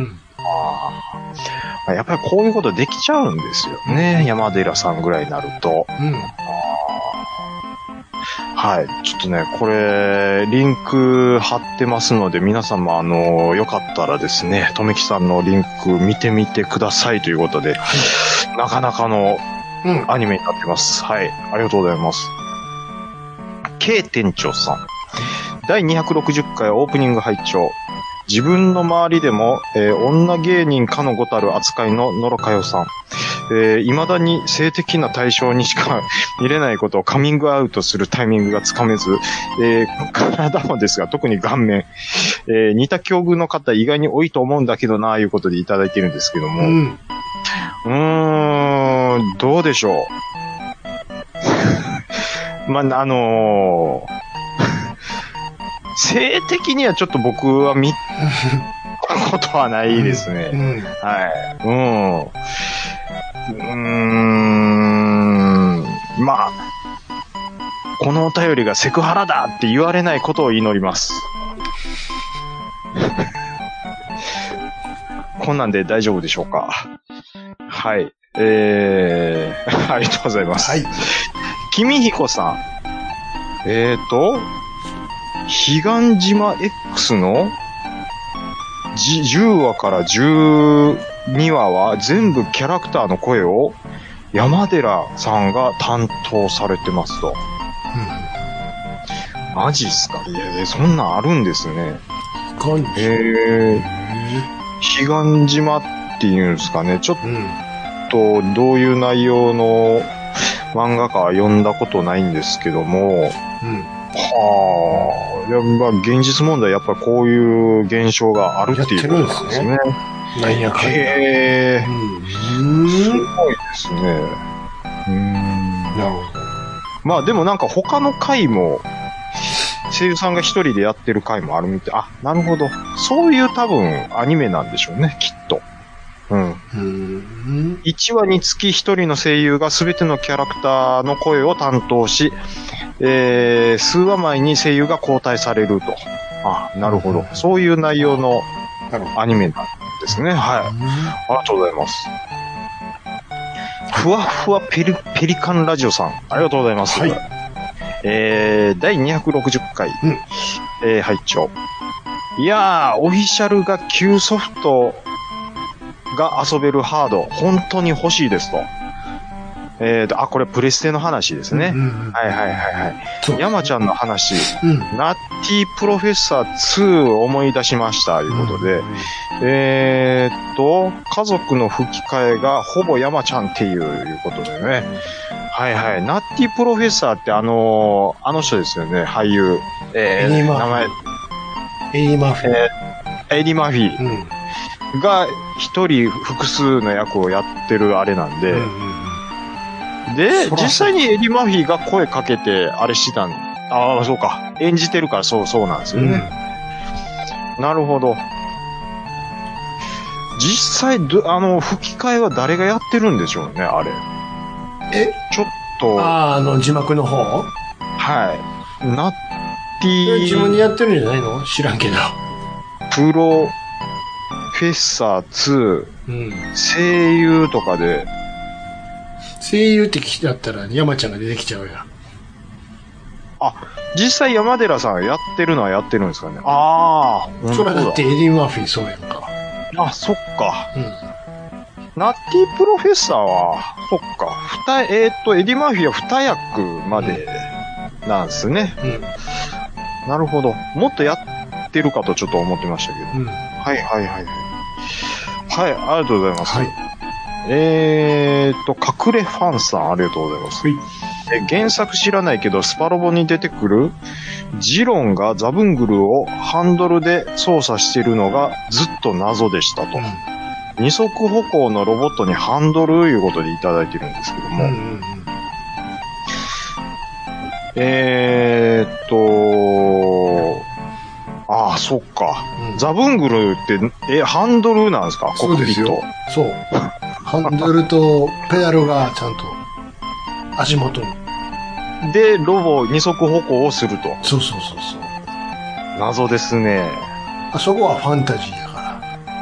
やっぱりこういうことできちゃうんですよね。山寺さんぐらいになると。はい。ちょっとね、これ、リンク貼ってますので、皆様、よかったらですね、とめきさんのリンク見てみてくださいということで、なかなかのアニメになってます。はい。ありがとうございます。K 店長さん。第260回オープニング拝聴。自分の周りでも、女芸人かのごたる扱いの野呂佳代さん。未だに性的な対象にしか見れないことをカミングアウトするタイミングがつかめず、体もですが、特に顔面、似た境遇の方意外に多いと思うんだけどな、いうことでいただいてるんですけども。どうでしょう。まあ、性的にはちょっと僕は見たことはないですね。はい。まあ、このお便りがセクハラだって言われないことを祈ります。こんなんで大丈夫でしょうか。はい。ありがとうございます。はい。君彦さん。彼岸島 X の10話から12話は全部キャラクターの声を山寺さんが担当されてますと。マジっすか？いや、そんなんあるんですね。彼岸島っていうんですかね。ちょっとどういう内容の漫画かは読んだことないんですけども、いや、まあ、現実問題やっぱこういう現象があるっていうことなんですね。
なんやかんや。
すごいですね。
なるほど。
まあでもなんか他の回も、声優さんが一人でやってる回もあるみたい。なるほど。そういう多分アニメなんでしょうね、きっと。1話につき一人の声優が全てのキャラクターの声を担当し、数話前に声優が交代されると。なるほど。そういう内容のアニメなんですね。はい。ありがとうございます。ふわふわペリカンラジオさん。ありがとうございます。はい。第260回、拝聴。いやー、オフィシャルが旧ソフトが遊べるハード、本当に欲しいですと。これプレステの話ですね。はい。山ちゃんの話、ナッティプロフェッサー2を思い出しました、いうことで、家族の吹き替えがほぼ山ちゃんっていうことでね。はい。ナッティプロフェッサーってあの人ですよね、俳優。名前。
エディ・マーフィー。
エディ・マーフィーが一人複数の役をやってるあれなんで、で、実際にエディ・マーフィーが声かけてあれしてたそうか。演じてるからそうなんですよね。なるほど。実際、吹き替えは誰がやってるんでしょうね、あれ。ちょっと。
字幕の方？
はい。ナッティ
自分でやってるんじゃないの？知らんけど。
プロフェッサー2、声優とかで。
声優って聞きだったら山ちゃんが出てきちゃうやん。
実際山寺さんやってるのはやってるんですかね。ああ、
それだってエディ・マーフィーそうやんか。
あ、そっか。
うん。
ナッティプロフェッサーは、そっか。エディ・マーフィーは2役までなんですね。
うん。
なるほど。もっとやってるかとちょっと思ってましたけど。
うん。
はいはいはい。はい、ありがとうございます。
はい。
隠れファンさんありがとうございます。
はい。
原作知らないけど、スパロボに出てくるジロンがザブングルをハンドルで操作しているのがずっと謎でしたと。二足歩行のロボットにハンドルいうことでいただいてるんですけども。ああ、そっか。ザブングルって、ハンドルなんですか？
そうですよ。そう。ハンドルとペダルがちゃんと足元に。
で、二足歩行をすると。
そう。
謎ですね。
あそこはファンタジーやから。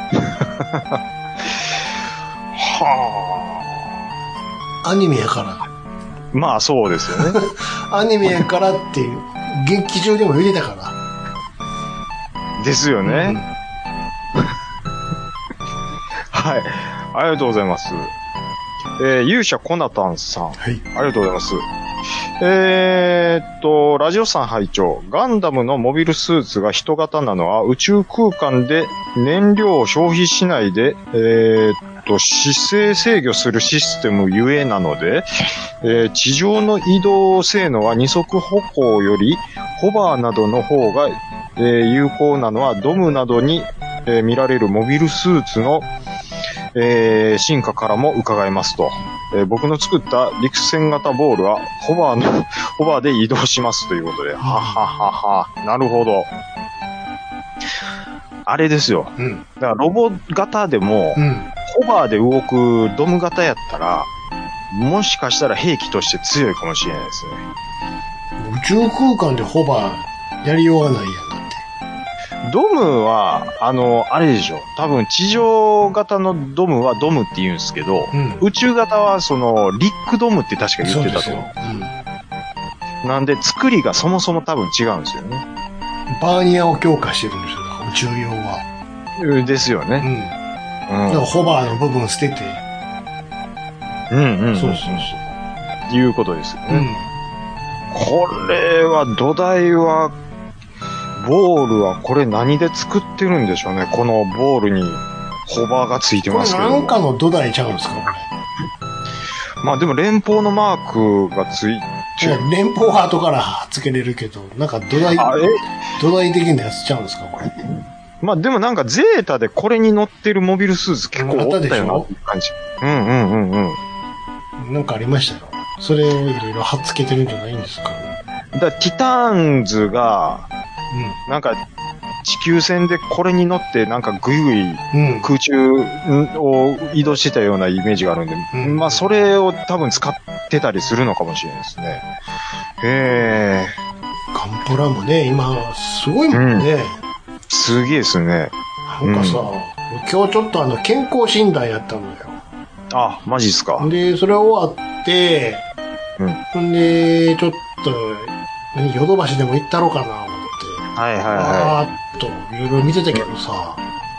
は
あ。アニメやから。
まあそうですよね。
アニメやからっていう、劇中でも言ってたから。
ですよね。はい。ありがとうございます。勇者コナタンさん。はい。ありがとうございます。ラジオさん拝聴。ガンダムのモビルスーツが人型なのは宇宙空間で燃料を消費しないで、姿勢制御するシステムゆえなので、地上の移動性能は二足歩行よりホバーなどの方が、有効なのはドムなどに、見られるモビルスーツの、進化からも伺えますと。僕の作った陸戦型ボールはホバーで移動しますということで。はははは。なるほど。あれですよ。うん。だからロボ型でも、うん、ホバーで動くドム型やったら、もしかしたら兵器として強いかもしれないですね。
宇宙空間でホバーやりようがないやんだって。
ドムは、あれでしょ。多分地上型のドムはドムって言うんですけど、うん、宇宙型はリックドムって確か言ってたと思う。うん、なんで作りがそもそも多分違うんですよね。
バーニアを強化してるんですよ。宇宙用は。
ですよね。
うん。だからホバーの部分捨てて。そう。
いうことですよね。これは土台は、ボールはこれ何で作ってるんでしょうね。このボールにホバーがついてますけど。
これなんかの土台ちゃうんですかこれ。
まあでも連邦のマークがついてる。
連邦は後からつけれるけど、なんか土台的なやつちゃうんですかこれ。
まあでもなんかゼータでこれに乗ってるモビルスーツ結構おったよなって感じ。
なんかありましたよ。それをいろいろ貼っつけてるんじゃないんですか。
ティターンズが、なんか地球船でこれに乗ってなんかぐいぐい空中を移動してたようなイメージがあるんで、まあそれを多分使ってたりするのかもしれないですね。
ガンプラもね、今すごいもんね。
すげえですね。
なんかさ、今日ちょっと健康診断やったのよ。
あ、マジっすか。
で、それ終わって、で、ちょっと、ヨドバシでも行ったろうかな、思って。あーっと、いろいろ見てたけどさ、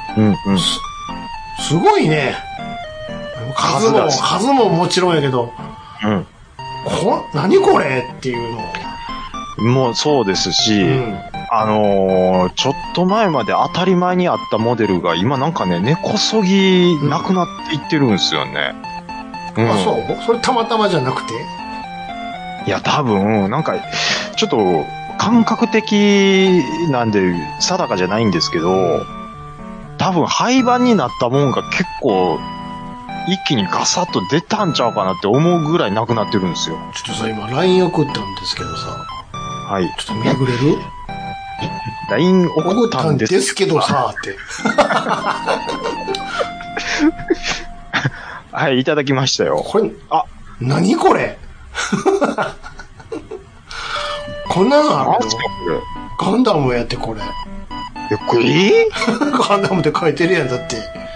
すごいね。数ももちろんやけど、何これっていう
の。もうそうですし、ちょっと前まで当たり前にあったモデルが今なんかね、根こそぎなくなっていってるんですよね。
あ、そう？それたまたまじゃなくて？
いや、多分、なんか、ちょっと、感覚的なんで定かじゃないんですけど、多分廃盤になったもんが結構、一気にガサッと出たんちゃうかなって思うぐらいなくなってるんですよ。
ちょっとさ、今 LINE 送ったんですけどさ。
はい。
ちょっと見てくれる？
LINE 送ったん
ですけどさ、って。
はい、いただきましたよ。
これ、何これこんなのあるの？ガンダムやってこれ。ガンダムって書いてるやん、だって。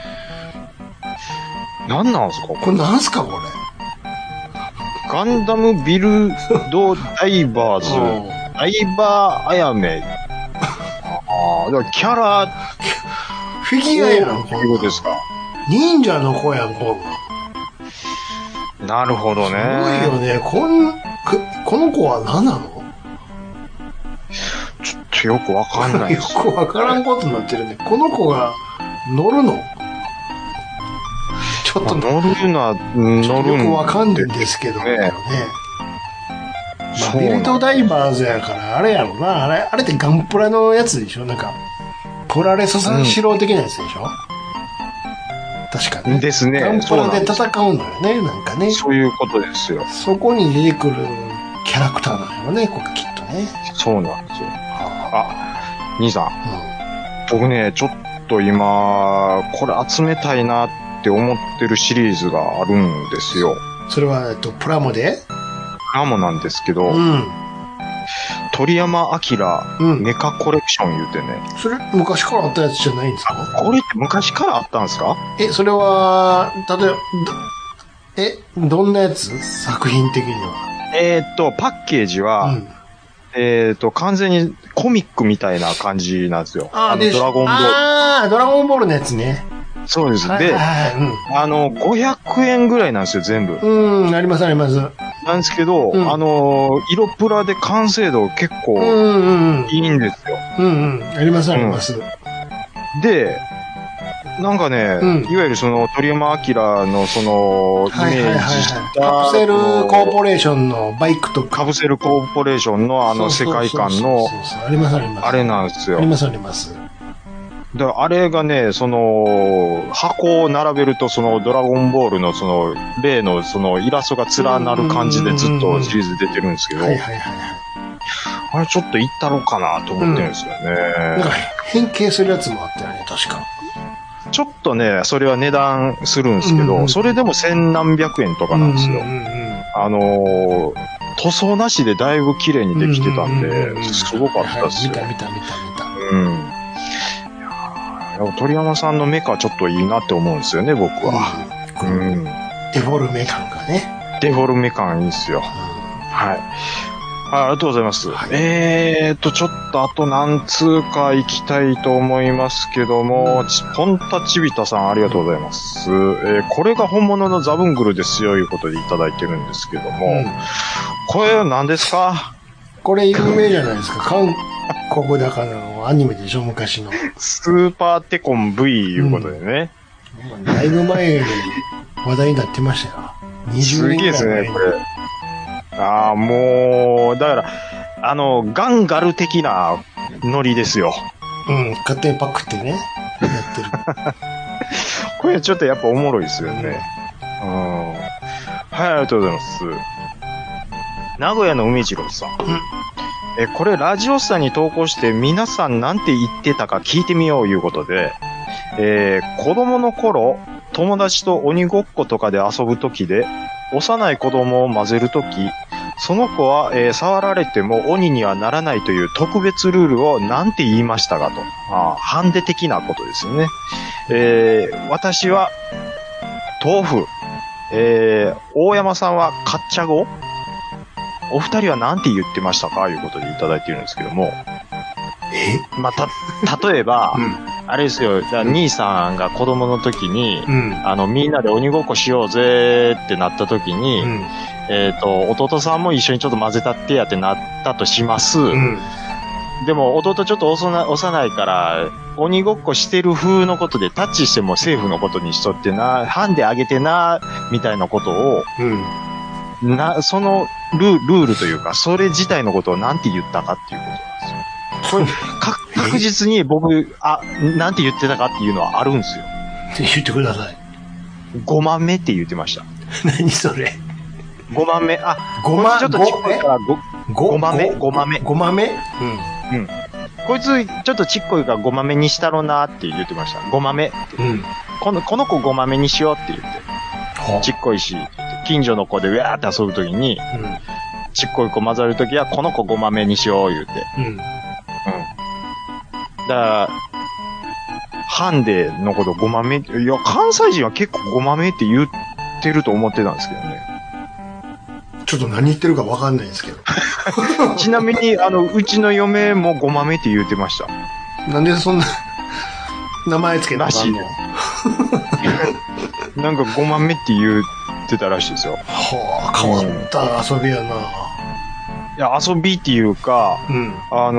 何なんすか
これなんすかこれ。
ガンダムビルドダイバーズ相葉あやめ。だからキャラ、
フィギュアやん、
こういうことですか。
忍者の子やん、こん
なるほどね。
すごいよね。この子は何なの？
ちょっとよくわかんないです。
よくわからんことになってるね。この子が乗るの？ちょっと
乗るのは乗るん
よくわかんないんですけどね。ビルドダイバーズやから、あれやろな。あれってガンプラのやつでしょ？なんか、プラレス三四郎的なやつでしょ？確かね。
ですね。
ガンプラで戦うのよね、なんかね。
そういうことですよ。
そこに出てくるキャラクターなのよね、これきっとね。
そうなんですよ。あ、兄さん。僕ね、ちょっと今、これ集めたいなって思ってるシリーズがあるんですよ。
それは、プラモで？
プラモなんですけど、鳥山明、メカコレクション言うてね。
それ、昔からあったやつじゃないんですか？
これって昔からあったんですか？
それは、例えば、どんなやつ？作品的には。
パッケージは、完全にコミックみたいな感じなんですよ。ドラゴンボール。
ドラゴンボールのやつね。
そうです。で、500円ぐらいなんですよ、全部。
あります、あります。
なんですけど、色プラで完成度結構いいんですよ。
あります、あります。
で、なんかね、いわゆるその鳥山明のそのイメージした
カプセルコーポレーションのバイクとか。
カプセルコーポレーションの世界観の
あります、あります。
あれなんですよ。
あります、あります。
だからあれがね、その、箱を並べると、その、ドラゴンボールの、その、例の、その、イラストが連なる感じでずっとシリーズ出てるんですけど、あれちょっと行ったろうかなと思ってるんですよね。
なんか、変形するやつもあったよね、確か。
ちょっとね、それは値段するんですけど、それでも千何百円とかなんですよ。塗装なしでだいぶ綺麗にできてたんで、すごかったですよ。
見た。
鳥山さんのメカちょっといいなって思うんですよね、僕は。
デフォルメ感がね。
デフォルメ感いいんですよ。はい。ありがとうございます。ちょっとあと何通か行きたいと思いますけども、ポンタチビタさんありがとうございます。これが本物のザブングルですよ、いうことでいただいてるんですけども、これ何ですか？
これ有名じゃないですか。韓国だからのアニメでしょ、昔の。
スーパーテコン V いうことでね。
だいぶ前に話題になってましたよ。20年
すげえですね、これ。もう、だから、ガンガル的なノリですよ。
勝手にパクってね、やってる。
これちょっとやっぱおもろいですよね。はい、ありがとうございます。名古屋の海次郎さん。これラジオスタに投稿して皆さんなんて言ってたか聞いてみよういうことで、子供の頃、友達と鬼ごっことかで遊ぶときで、幼い子供を混ぜるとき、その子は、触られても鬼にはならないという特別ルールをなんて言いましたかと。ハンデ的なことですよね。私は、豆腐。大山さんはカッチャゴ。お二人はなんて言ってましたかいうことでいただいているんですけども。例えば、あれですよ、じゃあ兄さんが子供の時に、みんなで鬼ごっこしようぜってなった時に、弟さんも一緒にちょっと混ぜたってやってなったとします。でも弟ちょっと幼いから、鬼ごっこしてる風のことでタッチしてもセーフのことにしとってな、ハンデあげてな、みたいなことを、そのルールというか、それ自体のことをなんて言ったかっていうことなんですよ。これ、確実に僕、なんて言ってたかっていうのはあるんですよ。
言ってください。
5万目って言ってました。
何それ
?5 万目。
5万目。
ちょっとちっこいから5万目。5万目。
5万目
こいつ、ちょっとちっこいから5万目にしたろなって言ってました。5万目。この子5万目にしようって言って。ちっこいし、近所の子でウェーって遊ぶときに、ちっこい子混ざるときは、この子5万目にしよう言うて。だから、ハンデのこと5万目、いや、関西人は結構5万目って言ってると思ってたんですけどね。
ちょっと何言ってるか分かんないですけど。
ちなみに、うちの嫁もごまめって言うてました。
なんでそんな、名前つけたの？らしい。
なんかごまめって言ってたらしいですよ。
はあ、変わった遊びやな。
いや、遊びっていうか、
うん、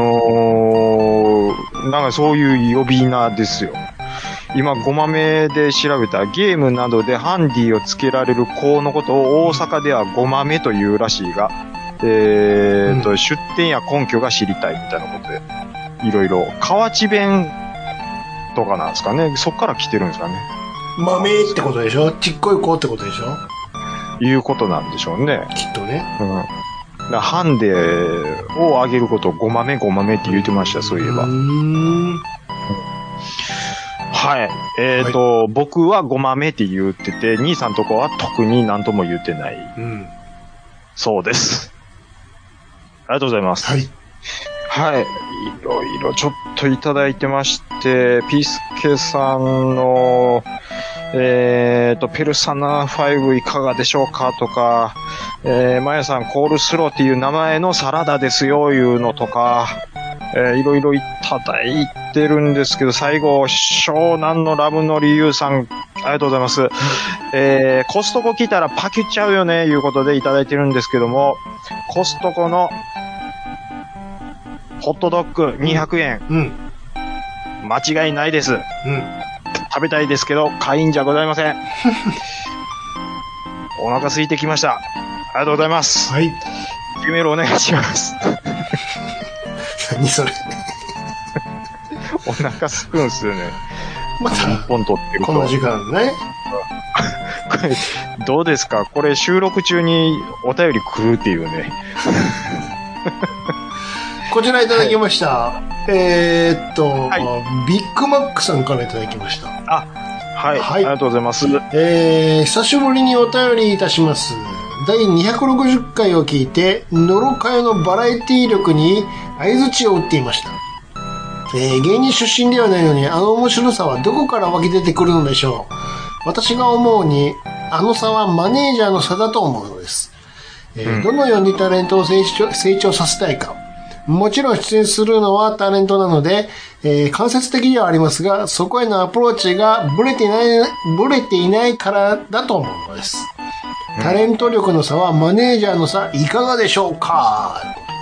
なんかそういう呼び名ですよ。今、ごまめで調べたゲームなどでハンディをつけられる子のことを大阪ではごまめというらしいが、出典や根拠が知りたいみたいなことで、いろいろ、河内弁とかなんですかね。そっから来てるんですかね。
豆ってことでしょ？ちっこい子ってことでしょ？
いうことなんでしょうね。
きっとね。
ハンデをあげることをごまめって言ってました、そういえば。はい。僕はごまめって言ってて、兄さんとこは特に何とも言ってない。そうです。ありがとうございます。
はい。
はい。いろいろちょっといただいてまして、ピースケさんの、ペルソナ5いかがでしょうかとか、マヤさんコールスローっていう名前のサラダですよ、いうのとか、いろいろいただいてるんですけど、最後、湘南のラブの理由さん、ありがとうございます。コストコ来たらパキっちゃうよね、いうことでいただいてるんですけども、コストコのホットドッグ200円。間違いないです。食べたいですけど、買いんじゃございません。お腹空いてきました。ありがとうございます。
はい。
メールお願いします。
何それ。
お腹すくんすよね。
また、
1本取ってると。
この時間ね。
これ、どうですか？これ収録中にお便り来るっていうね。
こちらいただきました。はい、ビッグマックさんからいただきました。
はい。はい。ありがとうございます。
久しぶりにお便りいたします。第260回を聞いて、ノロカヨのバラエティ力に相槌を打っていました。芸人出身ではないのに、あの面白さはどこから湧き出てくるのでしょう。私が思うに、あの差はマネージャーの差だと思うのです。どのようにタレントを成長させたいか。もちろん出演するのはタレントなので、間接的ではありますが、そこへのアプローチがブレていないからだと思うのです。タレント力の差はマネージャーの差、いかがでしょうか？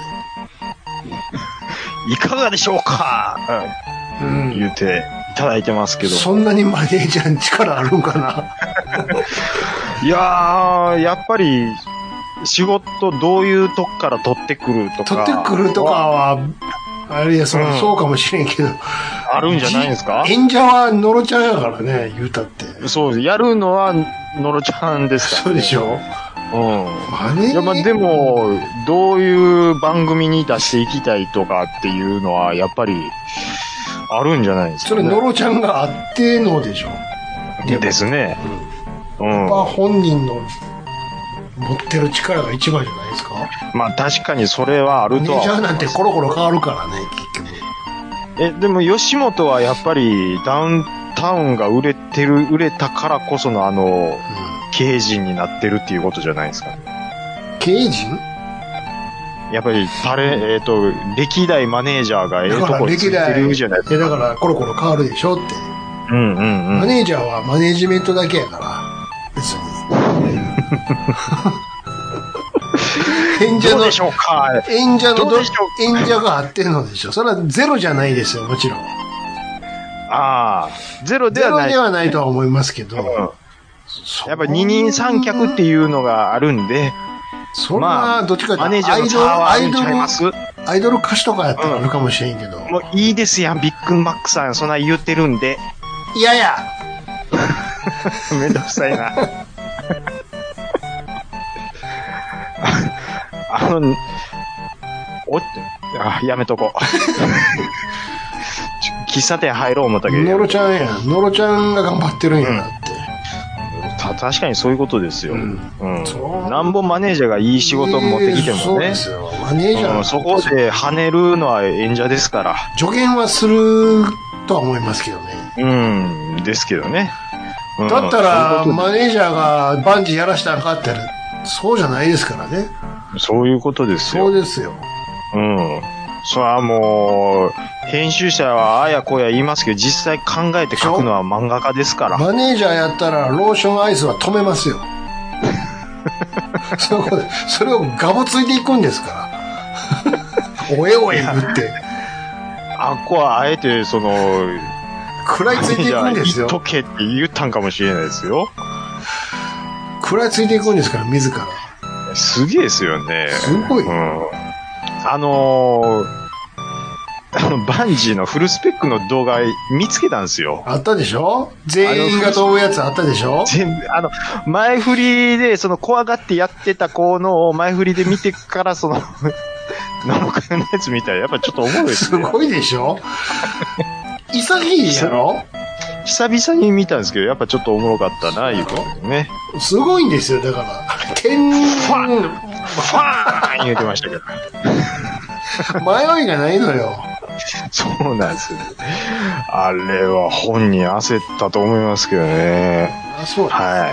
いかがでしょうか？言っていただいてますけど。
そんなにマネージャーに力あるんかな？
いやー、やっぱり、仕事どういうとこから取ってくるとか。
取ってくるとかは、あれや、そうかもしれんけど。
あるんじゃないですか？
演者はノロちゃんやからね、言うたって。
そうです。やるのはノロちゃんですから、ね。
そうでしょ？
いや、まあ、でも、どういう番組に出していきたいとかっていうのは、やっぱり、あるんじゃないですか、ね。
それノロちゃんがあってのでしょ？
ですね。
やっぱ本人の持ってる力が一番じゃないですか？
まあ確かにそれはあるとは。
マネージャーなんてコロコロ変わるからね、結
局。でも吉本はやっぱりダウンタウンが売れたからこその経営陣になってるっていうことじゃないですかね。
経営陣？
やっぱり歴代マネージャーがとこについてるじゃないですか。
だからコロコロ変わるでしょって。マネージャーはマネージメントだけやから、別に。演者の、演者が合ってるのでしょ。それはゼロじゃないですよ、もちろん。
ゼロではない。
ゼロではないとは思いますけど。
やっぱ二人三脚っていうのがあるんで。
そんな、どっちかっていうと、アイドル歌手とかやったらあるかもしれんけど。
もういいですやん、ビッグマックさん、そんな言ってるんで。
いやいや
めんどくさいな。やめとこう。喫茶店入ろう思ったけど。
ノロちゃんやん。ノロちゃんが頑張ってるんやなって。
確かにそういうことですよ。なんぼマネージャーがいい仕事を持ってきてもね。
そうですよ。マネージャー、
そこで跳ねるのは演者ですから。
助言はするとは思いますけど
ね。ですけどね。
だったら、マネージャーがバンジーやらしたらかってる。そうじゃないですからね。
そういうことですよ。
そうですよ。
うん。それはもう、編集者はあやこや言いますけど、実際考えて書くのは漫画家ですから。
マネージャーやったらローションアイスは止めますよ。それをガボついていくんですから。おえおえ言って。
あっこはあえて食
らいついていくんですよ。
言っとけって言ったんかもしれないですよ。
食らいついていくんですから、自ら。
すげえですよね。
すごい。
うん。バンジーのフルスペックの動画見つけたんですよ。
あったでしょ？全員が飛ぶやつあったでしょ？
前振りで、怖がってやってた子の前振りで見てから、生クのやつ見たら、やっぱちょっとおもろいですね。
すごいでしょ？潔いやろ？
久々に見たんですけど、やっぱちょっとおもろかったな、いうことね。
すごいんですよ、だから。ファ
ーン言ってましたけど。
迷いがないのよ。
そうなんですよ。あれは本人焦ったと思いますけどね。
あ、そうです。
はい。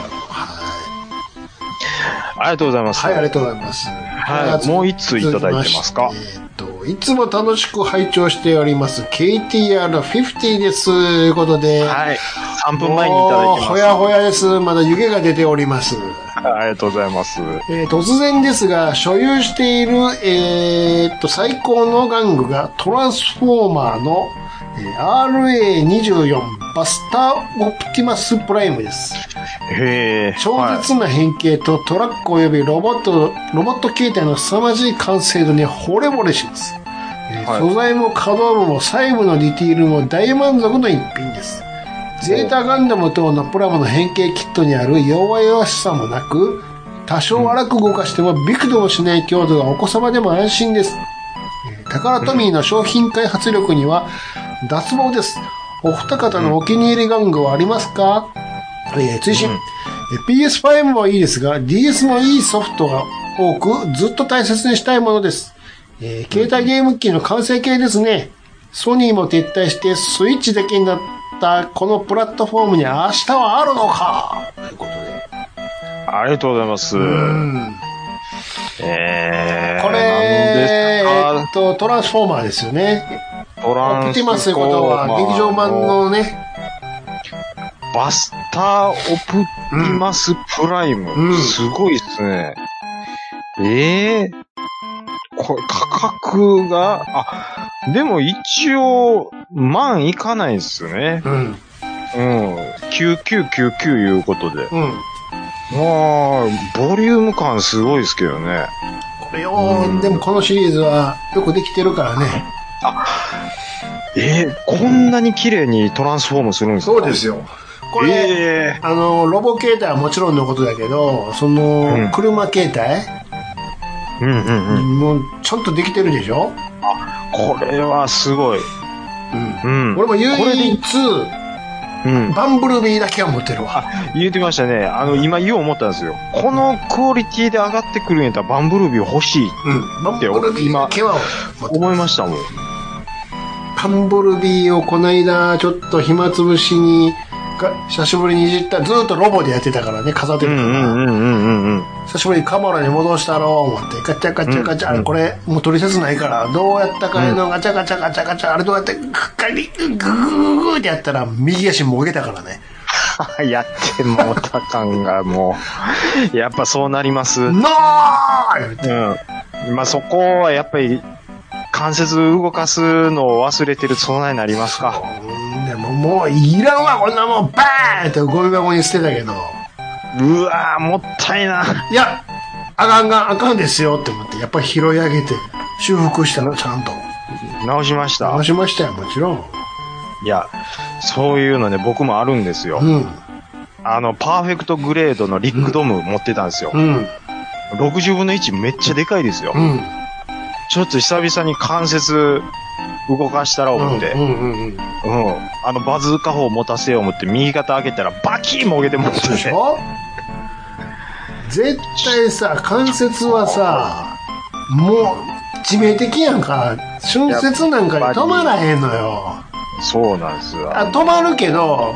ありがとうございます。
はい、ありがとうございます。
はい。もう一通いただいてますか？
いつも楽しく拝聴しております。KTR50 です。ということで。
はい。3分前にいただいてます。
ほやほやです。まだ湯気が出ております。
ありがとうございます。
突然ですが、所有している、最高の玩具がトランスフォーマーの、RA24 バスターオプティマスプライムです。
へー。
超絶な変形とトラック及びロボット形態の凄まじい完成度に惚れ惚れします。素材も可動部も細部のディティールも大満足の一品です。ゼータガンダム等のプラモの変形キットにある弱々しさもなく、多少荒く動かしてもビクともしない強度がお子様でも安心です。タカラトミーの商品開発力には脱帽です。お二方のお気に入り玩具はありますか？追伸。PS5 もいいですが、DS もいいソフトが多く、ずっと大切にしたいものです。携帯ゲーム機の完成形ですね。ソニーも撤退してスイッチだけになったこのプラットフォームに明日はあるのかということで。
ありがとうございます。こ
れ、トランスフォーマーですよね。オプティマスということは、劇場版のね。
バスターオプティマスプライム。すごいですね。これ価格が、でも一応、万いかないですね。9999いうことで。ボリューム感すごいですけどね。
これでもこのシリーズはよくできてるからね。
こんなに綺麗にトランスフォームするんですか？
そうですよ。これ、ロボ形態はもちろんのことだけど、車形態、もうちゃんとできてるでしょ？
これはすごい。
俺も唯一、バンブルビーだけは持ってるわ。
言ってましたね。今言おう思ったんですよ。このクオリティで上がってくるんやったらバンブルビー欲しいって今思いましたもん。
バンブルビーをこの間ちょっと暇つぶしに久しぶりにいじった、ずっとロボでやってたからね、飾ってるから。久しぶりにカモラに戻したろう思って、ガチャガチャガチャ、これもう取説ないから、どうやったかのガチャガチャガチャガチャ、あれどうやってグーってやったら右足もげたからね。
やってもうた感がもう、やっぱそうなります。
ノー
まあそこはやっぱり、関節動かすのを忘れてる備えになりますか。
でももういらんわ、こんなもんバーンってゴミ箱に捨てたけど。
うわー、もったいな。
いや、あかんですよって思って、やっぱり拾い上げて、修復したの、ちゃんと。
直しました。
直しましたよ、もちろん。
いや、そういうのね、僕もあるんですよ。パーフェクトグレードのリックドム持ってたんですよ。60分の1めっちゃでかいですよ。ちょっと久々に関節動かしたら思って。バズーカ砲持たせよう思って右肩上げたらバキーンもげてもって
でしょ？絶対さ、関節はさ、もう致命的やんか。春節なんかに止まらへんのよ。
そうなんですよ。
止まるけど、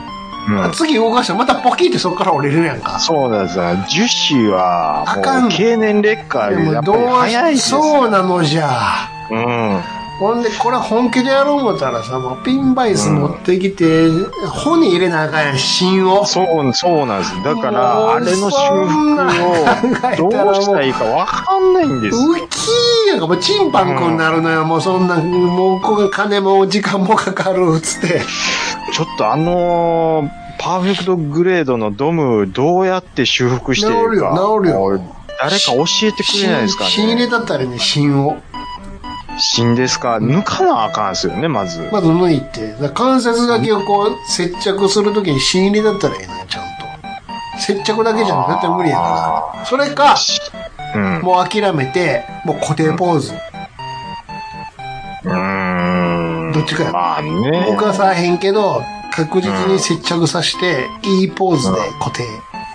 次動かしたらまたポキってそこから折れるやんか。
そうなんですよ。樹脂は、もう経年劣化よりやっぱり早いです。
そうなのじゃ。ほんで、これ本気でやろう思ったらさ、もうピンバイス持ってきて、骨入れなあかんやん、芯を。そうなんです。だから、あれの修復をどうしたらいいかわかんないんですよ。ウキーやんか、もうチンパンクになるのよ、もうそんな、もうここ金も時間もかかる、つって。
ちょっとパーフェクトグレードのドム、どうやって修復しているか。
治るよ。
誰か教えてくれないですかね。
芯入れだったらね、芯を。
芯ですか？抜かなあかんすよね、まず。
まず抜いて。関節だけをこう、接着するときに芯入れだったらいいのよ、ちゃんと。接着だけじゃ絶対無理やから。それか、もう諦めて、もう固定ポーズ。どっちかや。
まあね。
動かさへんけど、確実に接着させて、いいポーズで固定。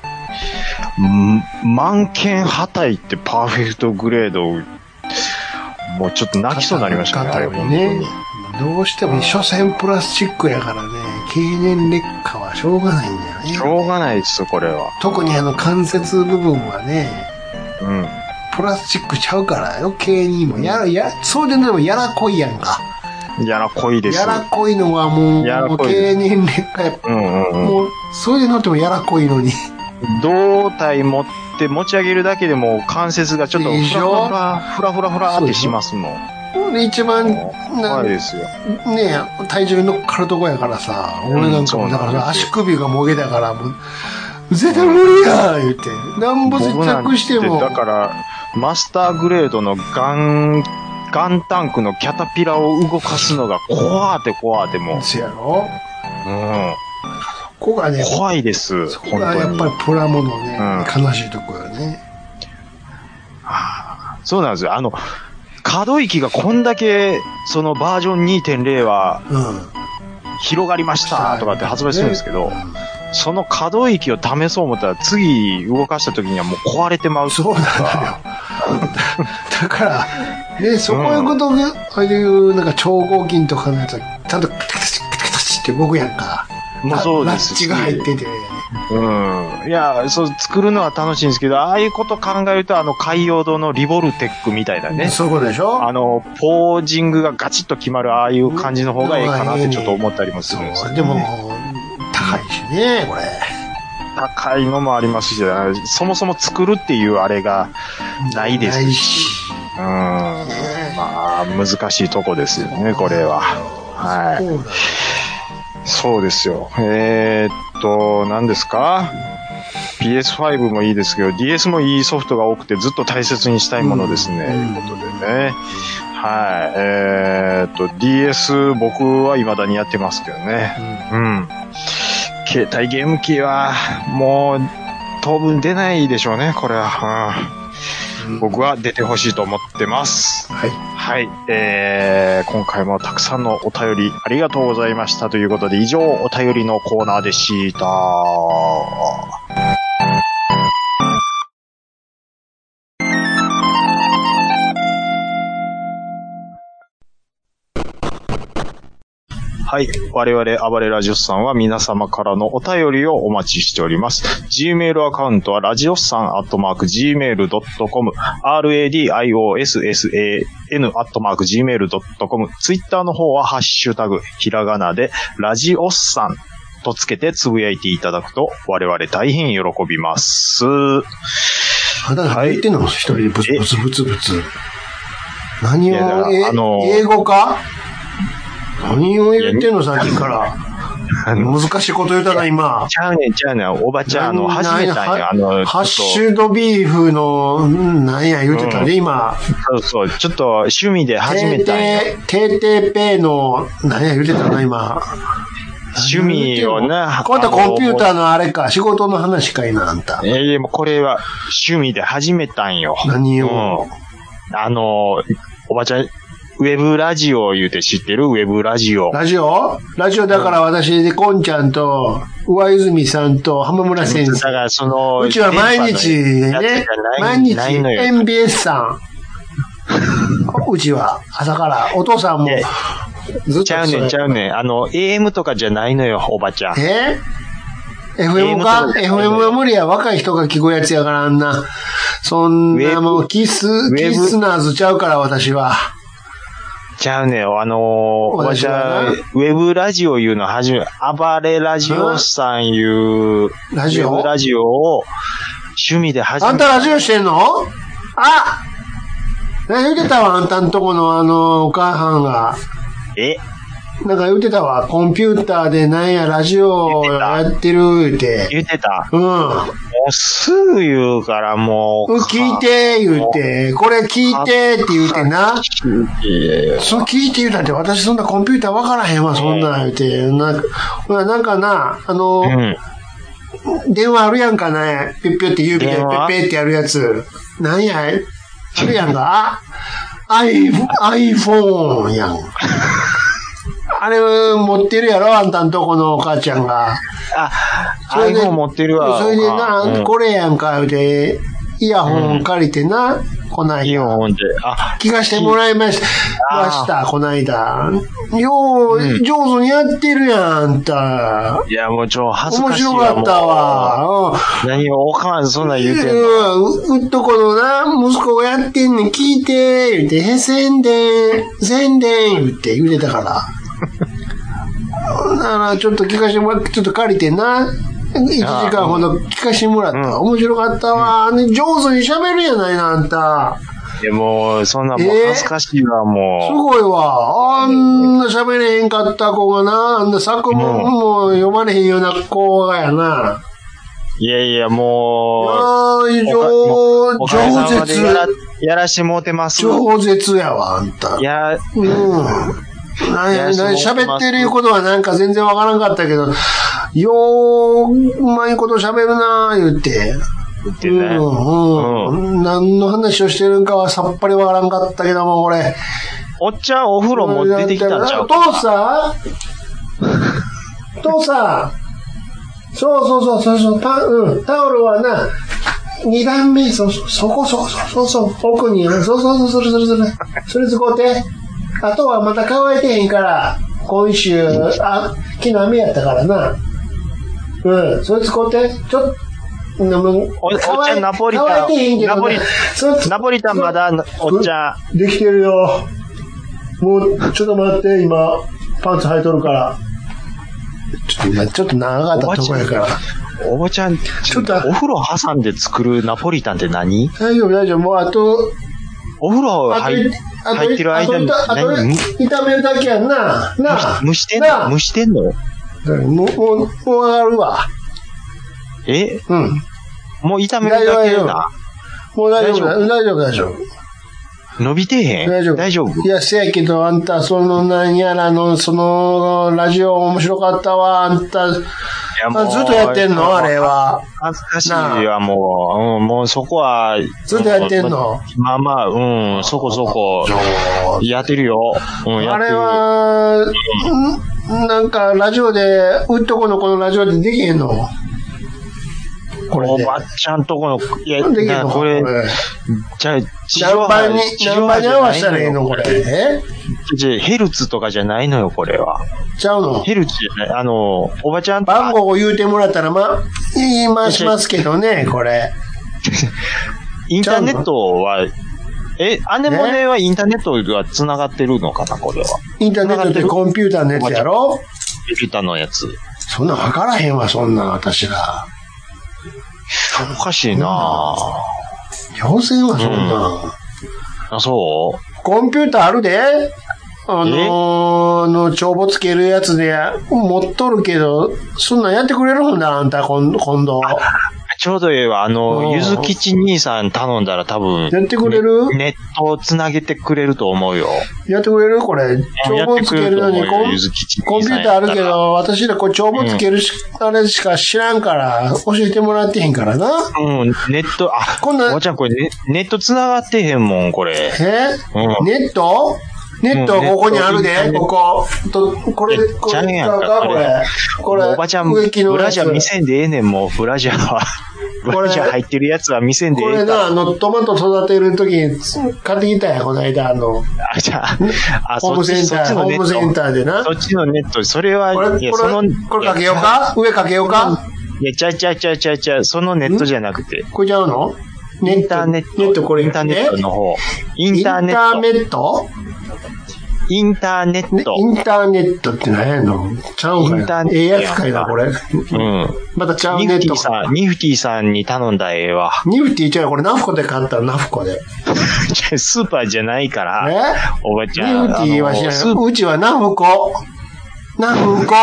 満剣破壊ってパーフェクトグレード、もうちょっと泣きそうになりましたね、あれね。
どうしても、所詮プラスチックやからね、経年劣化はしょうがないんだよね。
しょうがないです、これは。
特に関節部分はね、プラスチックちゃうから余計にも、そうでもやらこいやんか。
やらこいです。
やらこいのはもう、経年劣化やっぱ、もう、それで乗ってもやらこいのに。
胴体持ち上げるだけでも関節がちょっとフラフラってしますもん。
で、一番、
怖いですよ。
ねえ、体重乗っかるとこやからさ、俺なんかも、だから足首がもげたから、もう、絶対無理や言って、なんぼ接着しても。
だから、マスターグレードのガンタンクのキャタピラを動かすのが怖ってもう。
そうやろ？ここがね、
怖いです。
そこがやっぱりプラモのね、悲しいとこよね。
そうなんですよ。可動域がこんだけ、そのバージョン 2.0 は、広がりましたとかって発売するんですけど、その可動域を試そう思ったら次動かした時にはもう壊れてまう。
そうなんだよ。だから、ね、そういうことが、ああいうなんか超合金とかのやつは、ちゃんとカタカタって動くやんか。
もうそうですし。
ラッチが入ってて。
いや、作るのは楽しいんですけど、ああいうこと考えると、海洋堂のリボルテックみたいなね。
そういうことでしょ？
ポージングがガチッと決まる、ああいう感じの方がいいかなってちょっと思ったりもするんですよね。
でも、高いしね、これ。
高いのもありますし、そもそも作るっていうあれがないですし。まあ、難しいとこですよね、これは。はい。そうですよ。何ですか？ PS5 もいいですけど、DS もいいソフトが多くてずっと大切にしたいものですね。ということでね。はい。DS 僕は未だにやってますけどね。携帯ゲーム機はもう当分出ないでしょうね、これは。僕は出てほしいと思ってます。はい。はい。今回もたくさんのお便りありがとうございましたということで、以上お便りのコーナーでした。はい。我々、暴れラジオスさんは皆様からのお便りをお待ちしております。Gmail アカウントは、ラジオスさん@gmail.com、radiosan@gmail.com、Twitter の方は、ハッシュタグ、ひらがなで、ラジオスさんとつけてつぶやいていただくと、我々大変喜びます。
あ、だから言ってんの、一人でブツブツ。何を、英語か？何を言ってんのさっきから。難しいこと言うたな、今。
ちゃうねん。おばちゃん、始めたんよ。
ハッシュドビーフの、なんや言うてたね、今。
そう。ちょっと趣味で始めたんよ。
TTP の、なんや言うてたな、今。
趣味をな。
こうやったコンピューターのあれか、仕事の話かいな、あんた。
もうこれは趣味で始めたんよ。
何を？
おばちゃん、ウェブラジオ言うて知ってる？ウェブラジオ。
ラジオだから私で、こんちゃんと、上泉さんと浜村先生。だからうちは毎日ね、MBS さん。うちは朝から、お父さんも、
ずっと。ちゃうねん。AM とかじゃないのよ、おばちゃん。
FM か ?FM は無理や。若い人が聞くやつやからあんな。そんなもうキスナーズちゃうから私は。
ちゃうね。私は、ウェブラジオいうのはじめ、暴れラジオさんいう
ラジオ
ウェブラジオを趣味で始め
あんたラジオしてんの？あ、言うてたわ、あんたんとこのお母さんが。なんか言うてたわ、コンピューターでなんやラジオやってる言うて。
言ってた。
うん。
もうすぐ言うからもう。
聞いて言うて、これ聞いてって言うてな。そう聞いて言うたって、私そんなコンピューターわからへんわ、そんなん言うて。なんかな、電話あるやんかね。ぴゅっぴゅって指でペッペってやるやつ。なんやあるやんか。iPhone やん。あれ持ってるやろあんたんとこのお母ちゃんが。
iPhone 持ってるわ。
それでな、これやんか、で、イヤホン借りてな、こないだ。
イヤホンで。
聞かしてもらいました、こないだ。よう、上手にやってるやん、あんた。
いや、もう恥ずかしいわ。
面白かったわ。
何をおかんそんなん言うてんの？
うっとこのな、息子がやってんねん、聞いて、言うて、宣伝、言って言うてたから。だからちょっと聞かしてもらって、ちょっと借りてな。1時間ほど聞かしてもらった。面白かったわ。上手に喋るやないな、あんた。
でも、そんなもう恥ずかしいわ、もう。
すごいわ。あんな喋れへんかった子がな、あんな作文も読まれへんような子がやな。
いやいや、もう。
饒舌。
やらしてもうてます。
饒舌やわ、あんた。喋ってることはなんか全然わからんかったけど、うまいこと喋るな言って。何の話をしてるんかはさっぱりわからんかったけども、これ。
おっちゃんお風呂も出てきたんちゃう
父さんそうタオルはな、2段目、そこ、奥に、それ使うて。あとはまた乾いてへんから、今週、昨日雨やったからな。それ使うて。
おっちゃんナポリタン。
乾いてへんけど
ナポリタンまだ、おっちゃ
ん。できてるよ。もう、ちょっと待って、今、パンツ履いとるから。ちょっと長かったとこやから。
おばちゃん、ちょっとお風呂挟んで作るナポリタンって何？
大丈夫。もうあと、
お風呂入ってる間に
炒めるだけやんな。
蒸してんの？
もう上がるわ。
もう炒めるだけやな。
もう大丈夫。
伸びてへん？大丈夫？
いや、せやけど、あんた、なんやらの、ラジオ面白かったわ、あんた。ずっとやってんのあれは。
恥ずかしいわ、もうそこは。
ずっとやってんの
まあ、そこそこ。やってるよ。
あれは、なんか、ラジオで、うっとこのこのラジオでできへんのこれ
おばちゃんとこの、いや、これ、じゃあ、
何倍に合わせたらいいのこれ。
ヘルツとかじゃないのよ、これは。
ちゃうの？
ヘルツじゃない。おばちゃん
番号を言うてもらったら、言い回しますけどね、これ。
インターネットは、アネモネはインターネットが繋がってるのかな、これは。
インターネットってコンピューターのやつやろ？
コンピューターのやつ。
そんなん分からへんわ、そんなん私ら。
おかしいなぁ。
要せんわ、そんなん。
そう
コンピューターあるで帳簿つけるやつで持っとるけど、そんなんやってくれるんだ、あんた、今度。
ちょうどいいわ、ゆずきち兄さん頼んだら多分。
やってくれる？
ネットをつなげてくれると思うよ。
やってくれるこれ。帳簿つけるのにコンピューターあるけど、私らこれ帳簿つけるあれしか知らんから、教えてもらってへんからな。
ネット、おばちゃんこれネットつながってへんもん、これ。
ネットここにあるで、ここ。これ、
ちゃうやんか、これ。おばちゃん、ブラジャー見せんでええねん、もう、ブラジャーは。ブラジャー入ってるやつは見せんでええから。
これな、トマト育てるときに買ってきたやん、この間、
じゃあ、
ホームセンターでな。
そっちのネット、それは、
これかけようか？上かけようか？
いや、ちゃう、そのネットじゃなくて。
これちゃうの？
インターネット、
これ。
インターネットの方。
インターネット
インターネット。
インターネットって何やの？ちゃうんかな？ええやつかいな、これ。うん。またちゃうネット。
ニフティさんに頼んだ絵は。
ニフティちゃうこれナフコで買ったナフコで。
スーパーじゃないから。おばちゃん。
ニフティは知らない。うちはナフコ。ナフコ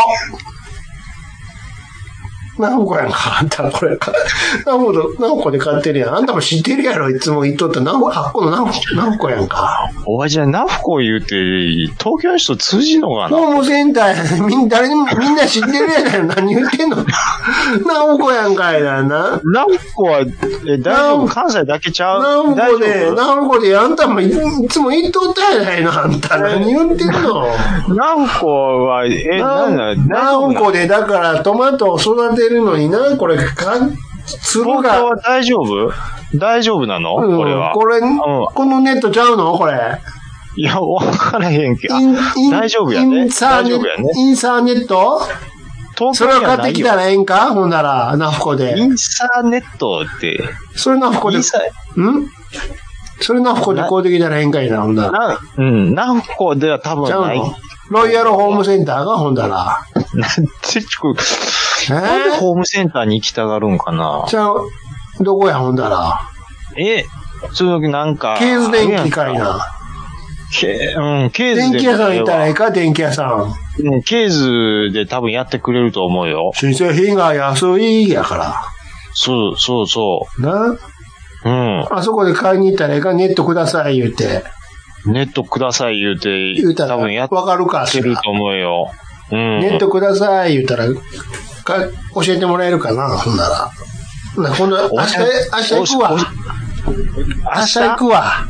やんか。あんたこれか。ナフコで買ってるやん。あんたも知ってるやろ。いつも言っとったナフコやんか。
おばちゃん、ナフコ言うて、東京の人通じんのかな？
ホームセンターや。みんな知ってるやん。何言ってんの？ナフコやんかいな。ナ
フコは、大丈夫？関西だけちゃう？
ナフコで、あんたもいつも言っとったやないの。あんた何言ってんの？
ナフコは、
ナフコで、だからトマトを育てるのにな、これ、粒が。
は大丈夫なの？これは。
このネットちゃうの？これ。
いや、わからへんけど。大丈夫やね。大丈夫やね。
インサーネット？それを買ってきたらええんか？ほんなら、ナフコで。
インサーネットって。
それナフコで。それナフコで買うてきたらええんかいな、ほんなら。
ナフコでは多分ない。
ロイヤルホームセンターがほんだら。
なんでホームセンターに行きたがるんかな？
じゃあ、どこやほんだら。
その時なんか。
ケーズ電気かいな。
ケーズ
電気屋さん行ったらええか、電気屋さん。
ケーズで多分やってくれると思うよ。
新製品が安いやから。
そう。
な？あそこで買いに行ったらええか、ネットください言うて。
ネットください言うて、多分やってると思うよ。
ネットください言うたら、教えてもらえるかな、ほんなら。今度、明日行くわ。明日行く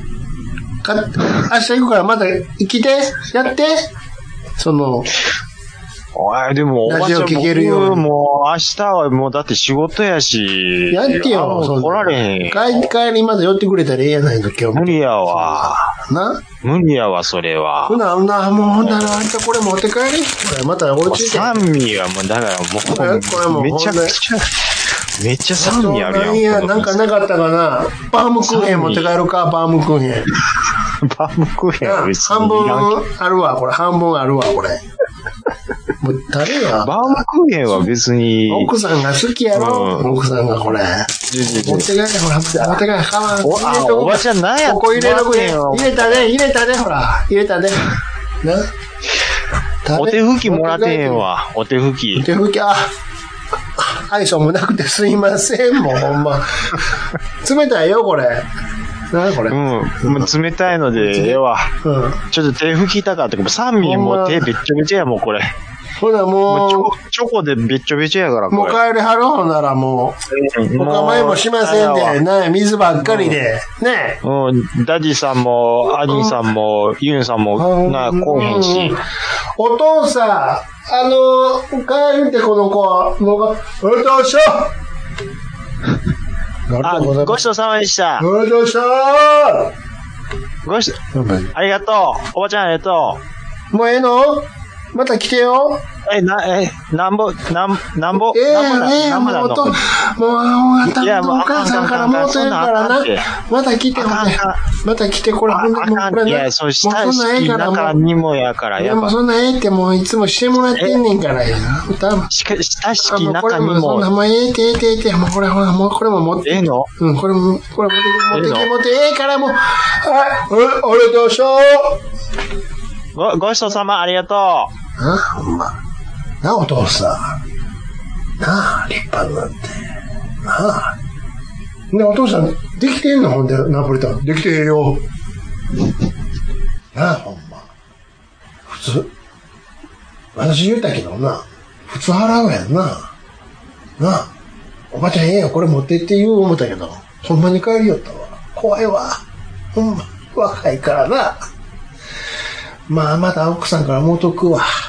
からまた来て、やって。
でも、
ラジオ聞けるように。
もう、明日はもうだって仕事やし。
やってよ、
来られへん。
帰りまだ寄ってくれたらええやないの、今日。
無理やわ。無理やわ、それは。
もうほんなら、あんたこれ持って帰り。これまたお家で。
酸味はもう、だからもう、
これも
めちゃ酸味あるやん。
なんかなかったかな。バームクーヘン持って帰るか、バームクーヘン。
バームクーヘンは別に。
半分あるわ、これ。もう誰や？
バームクーヘンは別に。
奥さんが好きやろ？奥さんがこれ。持って帰れ、ほら、持って帰れ、
おばちゃん何や？
ここ入れとくね。入れたで、ほら。入れたで。
お手拭きもらってへんわ。お手拭き、
愛想もなくてすいません、もうほんま。冷たいよ、これ。何これ。
もう冷たいので、ちょっと手拭きたかったけど、酸味もう手べっちょべちょや、もうこれ。
ほら、もう。
チョコでべっちょべちょやから、
もう帰りはろうならもう。お構いもしませんで、水ばっかりで。ね。
ダディさんも、アニーさんも、ユンさんも、こうへんし。
お父さん、帰るってこの子は、もう、お父さん
ごちそうさまでした。
ごちそうさ
ありがとう。おばちゃんありがと
う。もうええの？また来てよ。
なんぼなの？
もう、お母さんからもうとるからな。また来て、これ、
いや、そうしたし、だからにもやから、
やっぱ。そんなええってもういつもしてもらってんねんからやな。
したしき中にも。
そんなもうええて、もうこれほら、もうこれも持って。
ええの？
これ持ってええからもう。はい、ありがとうしょ
ごちそうさま、ありがとう。
ほんま。お父さん。立派になって。ね、お父さん、できてんの？ほんで、ナポリタン。できてへんよ。ほんま。普通。私言うたけどな。普通払うやんな。おばちゃんええよ、これ持ってって言う思ったけど。ほんまに帰りよったわ。怖いわ。ほんま。若いからな。また奥さんからもうとくわ。